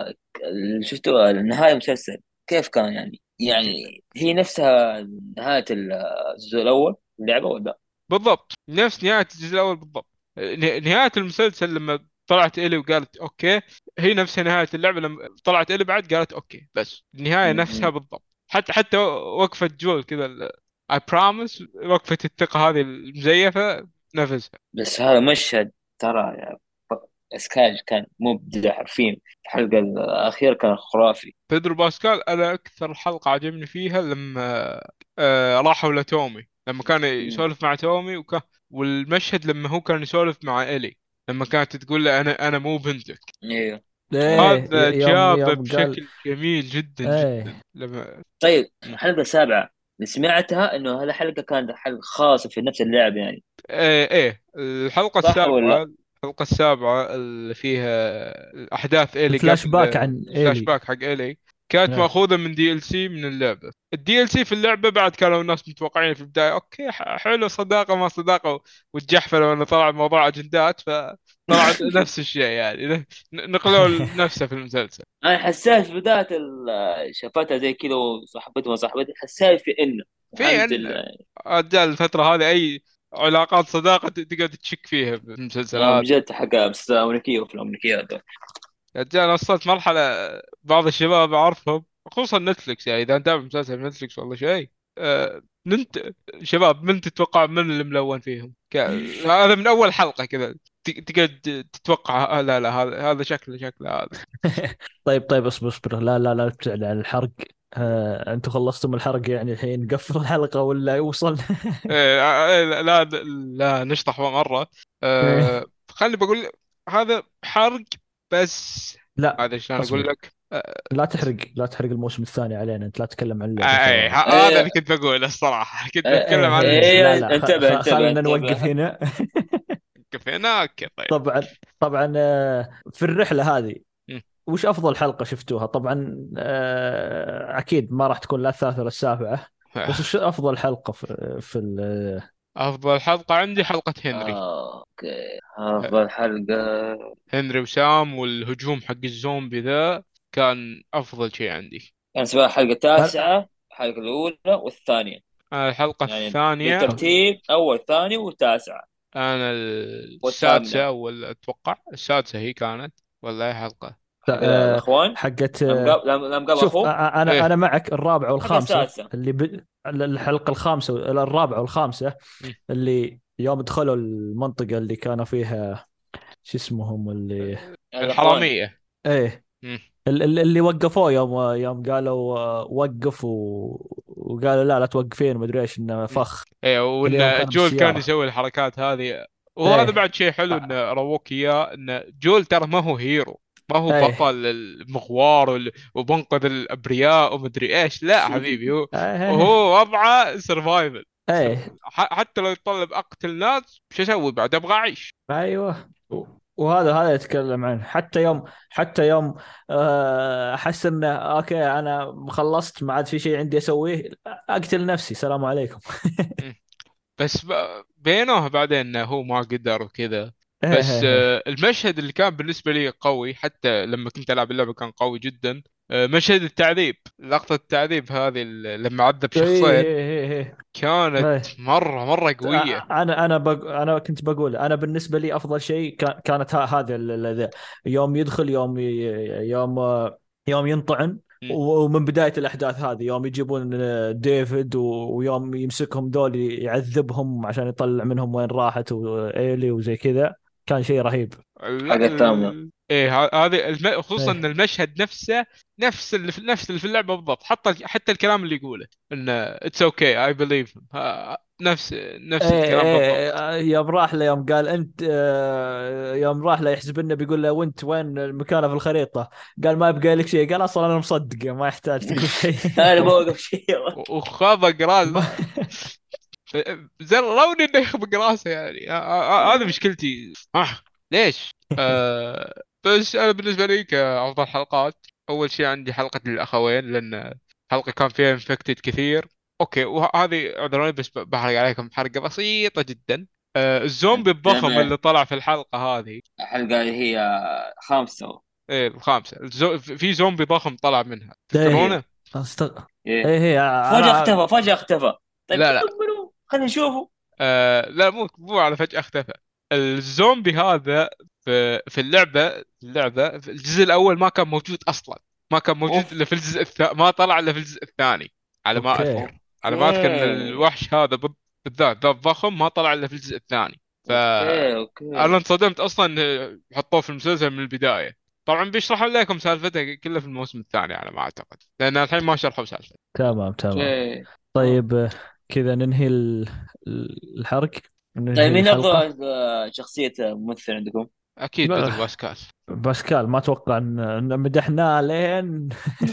شفتوا نهاية المسلسل كيف كان؟ يعني هي نفسها نهاية الجزء الأول اللعبة ولا؟ بالضبط نفس نهايه الجزء الاول بالضبط. نهايه المسلسل لما طلعت الي وقالت اوكي، هي نفسها نهايه اللعبه لما طلعت الي بعد قالت اوكي، بس النهايه نفسها م- بالضبط. حتى وقفه جول كذا، اي بروميس، وقفه الثقه هذه المزيفه نفسها. بس هذا مشهد ترى اسكاج كان مبدع حرفيا. الحلقة الأخيرة كان خرافي. بيدرو باسكال انا اكثر حلقه عجبني فيها لما راحوا لتومي، لما كان م- يسولف مع تومي والمشهد لما هو كان يسولف مع إلي، لما كانت تقول له انا مو بنتك. ايوه. ايوه. ايه هذا يوم جابه يوم قال. بشكل جميل جدا جدا ايه. لما طيب، الحلقة السابعة اللي سمعتها انه هذه الحلقة كانت حلقة خاصة في نفس اللعب يعني. ايه الحلقة صح ولا؟ السابعة. الحلقة السابعة اللي فيها أحداث إيلي الفلاش قبل باك عن الفلاش ايلي. باك حق إيلي، كانت ايه. مأخوذة من دي ال سي من اللعبة. الدي ال سي في اللعبة بعد كانوا الناس متوقعين في البداية اوكي حلو، صداقة ما صداقة، وتجحفلوا انه طلع موضوع اجندات، فطلع نفس الشيء يعني، نقلوا نفسه في المسلسل. انا حسيت في بدايه شافتها زي كذا وصاحبتها وصاحبتي، حسيت في انه في هل ان رجال الفترة هذه اي علاقات صداقة تقدر تشك فيها في المسلسلات. بجد حق بس امريكيه وفي الامريكيه هذول. يا رجال وصلت مرحلة بعض الشباب أعرفهم، خصوصا نتفلكس، يعني إذا متابع مسلسل نتفلكس والله شيء ننت شباب من تتوقع من اللي ملون فيهم هذا من أول حلقة كذا تقعد تتوقع لا لا هذا شكله هذا. طيب طيب اصبر اصبر، لا لا لا تبتعد عن الحرق. انتم خلصتم الحرق يعني الحين نقفل الحلقة ولا يوصل؟ لا لا نشطح مرة. خلي بقول هذا حرق، بس لا هذا شلون أقول اصبر، لك لا تحرق لا تحرق الموسم الثاني علينا، انت لا تتكلم عن اللعبة اي ترى. هذا اللي كنت بقوله الصراحة، كنت بتكلم عن لا ايه، لا انتبه انتبه خلنا نوقف انتبه. هنا. كفينا اوكي طيب. طبعا طبعا، في الرحلة هذه مم. وش أفضل حلقة شفتوها؟ طبعا أكيد ما راح تكون لا الثالثة ولا السابعة، بس وش أفضل حلقة في افضل حلقة عندي حلقة هنري. اوكي، افضل حلقه. هنري وسام والهجوم حق الزومبي ذا كان افضل شيء عندي. كان سواء الحلقه أنا التاسعه، الحلقه الاولى والثانيه. أنا الحلقة يعني الثانية، بالترتيب اول ثاني وتاسعه انا والثامنه. السادسة ولا اتوقع السادسة هي كانت، ولا اي حلقة؟ حق الاخوان. حقت لما قابل شوف اخوه. أنا ايه. معك الرابعة الحلقه والخامسة السادسه. اللي الحلقة الخامسة الرابعة والخامسة مم. اللي يوم دخلوا المنطقة اللي كانوا فيها، شو اسمهم اللي، الاخوان. الحرامية. ايه، مم. اللي وقفوه يوم قالوا وقف وقالوا لا لا توقفين ومدري ايش انه مم. فخ. ايه اليوم وان كان جول كان بالسيارة. يسوي الحركات هذه. وهذا ايه. بعد شيء حلو انه رووك اياه، ان جول ترى ما هو هيرو، ما هو ايه. بطل المغوار وبنقذ الابرياء ومدري ايش، لا حبيبي، ايه. هو وضعه سرفايفل. ايه. حتى لو يتطلب اقتل ناس شو اسوي بعد، ابغى اعيش. ايوه. وهذا يتكلم عنه حتى يوم احس انه اوكي انا خلصت ما عاد في شيء عندي اسويه، اقتل نفسي سلام عليكم. مم. بس بينه بعدين انه هو ما قدر وكذا. ايه بس ايه ايه. المشهد اللي كان بالنسبة لي قوي حتى لما كنت ألعب اللعبة كان قوي جدا، مشهد التعذيب، لقطة التعذيب هذه اللي عذب ايه شخصين، ايه ايه. كانت ايه. مرة قوية. انا كنت بقول انا بالنسبه لي افضل شيء كانت هذا يوم يدخل يوم يوم يوم ينطعن مم. ومن بداية الأحداث هذه يوم يجيبون ديفيد ويوم يمسكهم ذول يعذبهم عشان يطلع منهم وين راحت وإيلي وزي كذا، كان شيء رهيب. لا حاجة ثامنة. ايه هذه خصوصا ان إيه. المشهد نفسه نفس اللي في اللعبه بالضبط، حتى الكلام اللي يقوله انه اتس اوكي اي بليف، نفس ايه الكلام بالضبط. ايه، يوم راح له يوم قال انت يوم راح له يحسب انه بيقول له وانت وين مكانه في الخريطة، قال ما يبقى لك شيء، قال اصلا انا مصدق ما يحتاج تقول شيء. أنا بوقف شيء. وخبق راس ما- زروني انه يخبق راسه يعني. هذه مشكلتي. ليش؟ بس انا بالنسبه لي كافضل حلقات، اول شيء عندي حلقه الاخوين، لان حلقه كان فيها انفكتد كثير. اوكي، وهذه اعذروني بس بحرق عليكم حرقه بسيطه جدا. الزومبي الضخم اللي تمام. طلع في الحلقه هذه. الحلقة هي خامسة. ايه الخامسه، في زومبي ضخم طلع منها، ايه تذكرونه؟ أست... إيه. ايه ايه فجأة انا اختفى، فجأة اختفى. طيب لا لا. كملوا خلينا نشوفه. لا، مو على فجأة اختفى. الزومبي هذا في اللعبة في الجزء الأول ما كان موجود أصلا. ما كان موجود اوف. إلا في ما طلع إلا في الجزء الثاني، على ما اوكي. أذكر. على ما أذكر إن اوكي. الوحش هذا بالذات ذا الضخم ما طلع إلا في الجزء الثاني. اوكي. فأنا اوكي. انصدمت أصلا إن حطوه في المسلسل من البداية. طبعا بيشرحوا لكم سالفته كلها في الموسم الثاني على ما أعتقد، لأن الحين ما شرحوا سالفته. تمام تمام. اوكي. آه. طيب كذا ننهي الحرق، طيب ننهي مين الحلقة. افضل شخصية ممثل عندكم؟ أكيد لا، بدر باسكال. باسكال ما اتوقع ان مدحناه لين.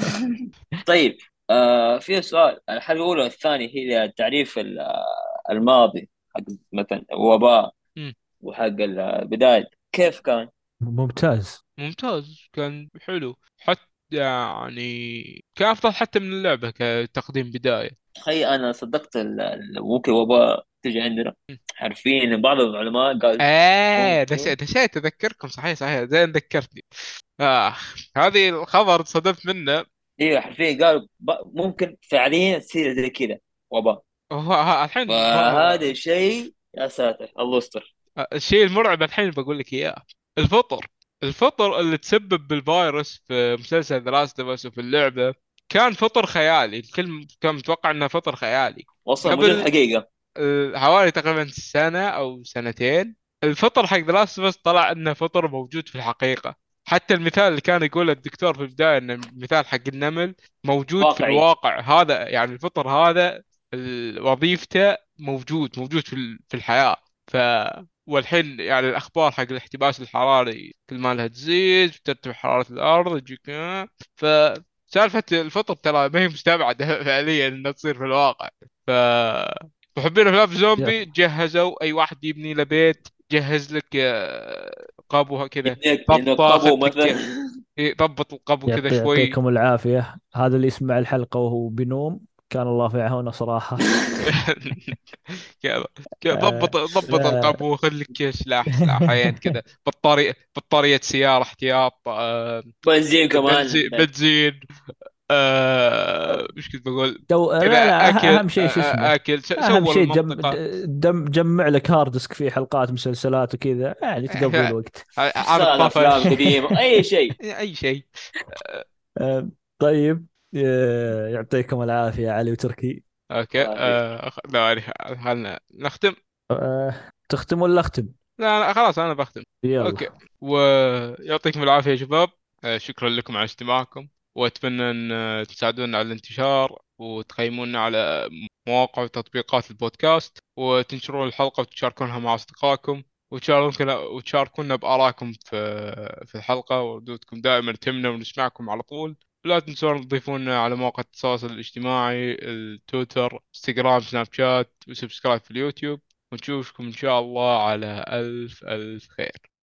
طيب. في سؤال، الحلقة الأولى والثانية هي تعريف الماضي حق مثلا وباء، وحق البداية كيف كان؟ ممتاز. ممتاز، كان حلو حتى، يعني كان أفضل حتى من اللعبة كتقديم بداية. تخيل أنا صدقت ممكن وباء تجي عندنا. حرفيا بعض العلماء قال ممكن. نسيت أذكركم، صحيح صحيح زين ذكرتني. آه هذه الخبر صدمت منه. ايوه حرفيا قالوا ممكن فعليا تصير زي كذا وباء. هو الحين فهذا شيء يا ساتر الله يستر. الشيء المرعب الحين بقول لك إياه. الفطر الفطر اللي تسبب بالفيروس في مسلسل ذا لاست اوف اس وفي اللعبة، كان فطر خيالي. الكل كان متوقع انه فطر خيالي. اصلا موجود قبل حقيقة. حوالي تقريبا سنة أو سنتين، الفطر حق ذا لاست اوف اس طلع إنه فطر موجود في الحقيقة. حتى المثال اللي كان يقوله الدكتور في البداية، إنه مثال حق النمل موجود في واقعي. الواقع هذا، يعني الفطر هذا وظيفته موجود في الحياة. ف والحين يعني الأخبار حق الاحتباس الحراري كل ما لها تزيد ترتفع حرارة الأرض يجيك فسالفة الفطر ترى ما هي مستبعدة فعليا إنها تصير في الواقع. ف محبين افلام يا زومبي جهزوا اي واحد يبني له بيت، جهز لك قبو كذا، انك ضبطه قبو خذ مثلا. لك، ضبط القبو كذا شوي. يعطيكم العافية، هذا اللي يسمع الحلقة وهو بينوم كان الله في عونه صراحة. كذا كذا، آه ضبط لا. القبو، خذ لك سلاحين كذا، بطارية سيارة احتياط، بنزين كمان. بنزين، مش كنت بقول كذا، لا لا، اكل، أهم شيء شو اسمه، اكل أهم سووا شيء المنطقة. جمع لك هارد ديسك فيه حلقات مسلسلات وكذا يعني تقضي الوقت. هذا قصات الطفل. افلام قديمة اي شيء. اي شيء. آه طيب، يعطيكم العافية يا علي وتركي. اوكي، الله يعافيك. ثواني خلنا نختم. تختم ولا أختم؟ لا لا خلاص انا بختم. اوكي، يلا. ويعطيكم العافيه يا شباب. شكرا لكم على استماعكم، واتمنى ان تساعدونا على الانتشار، وتقيمونا على مواقع وتطبيقات البودكاست، وتنشرون الحلقه وتشاركونها مع اصدقائكم، وتشاركونا بآرائكم في الحلقه، وردودكم دائما تهمنا ونسمعكم على طول. لا تنسون تضيفونا على مواقع التواصل الاجتماعي، التويتر، انستغرام، سناب شات، وسبسكرايب في اليوتيوب. ونشوفكم إن شاء الله على ألف ألف خير.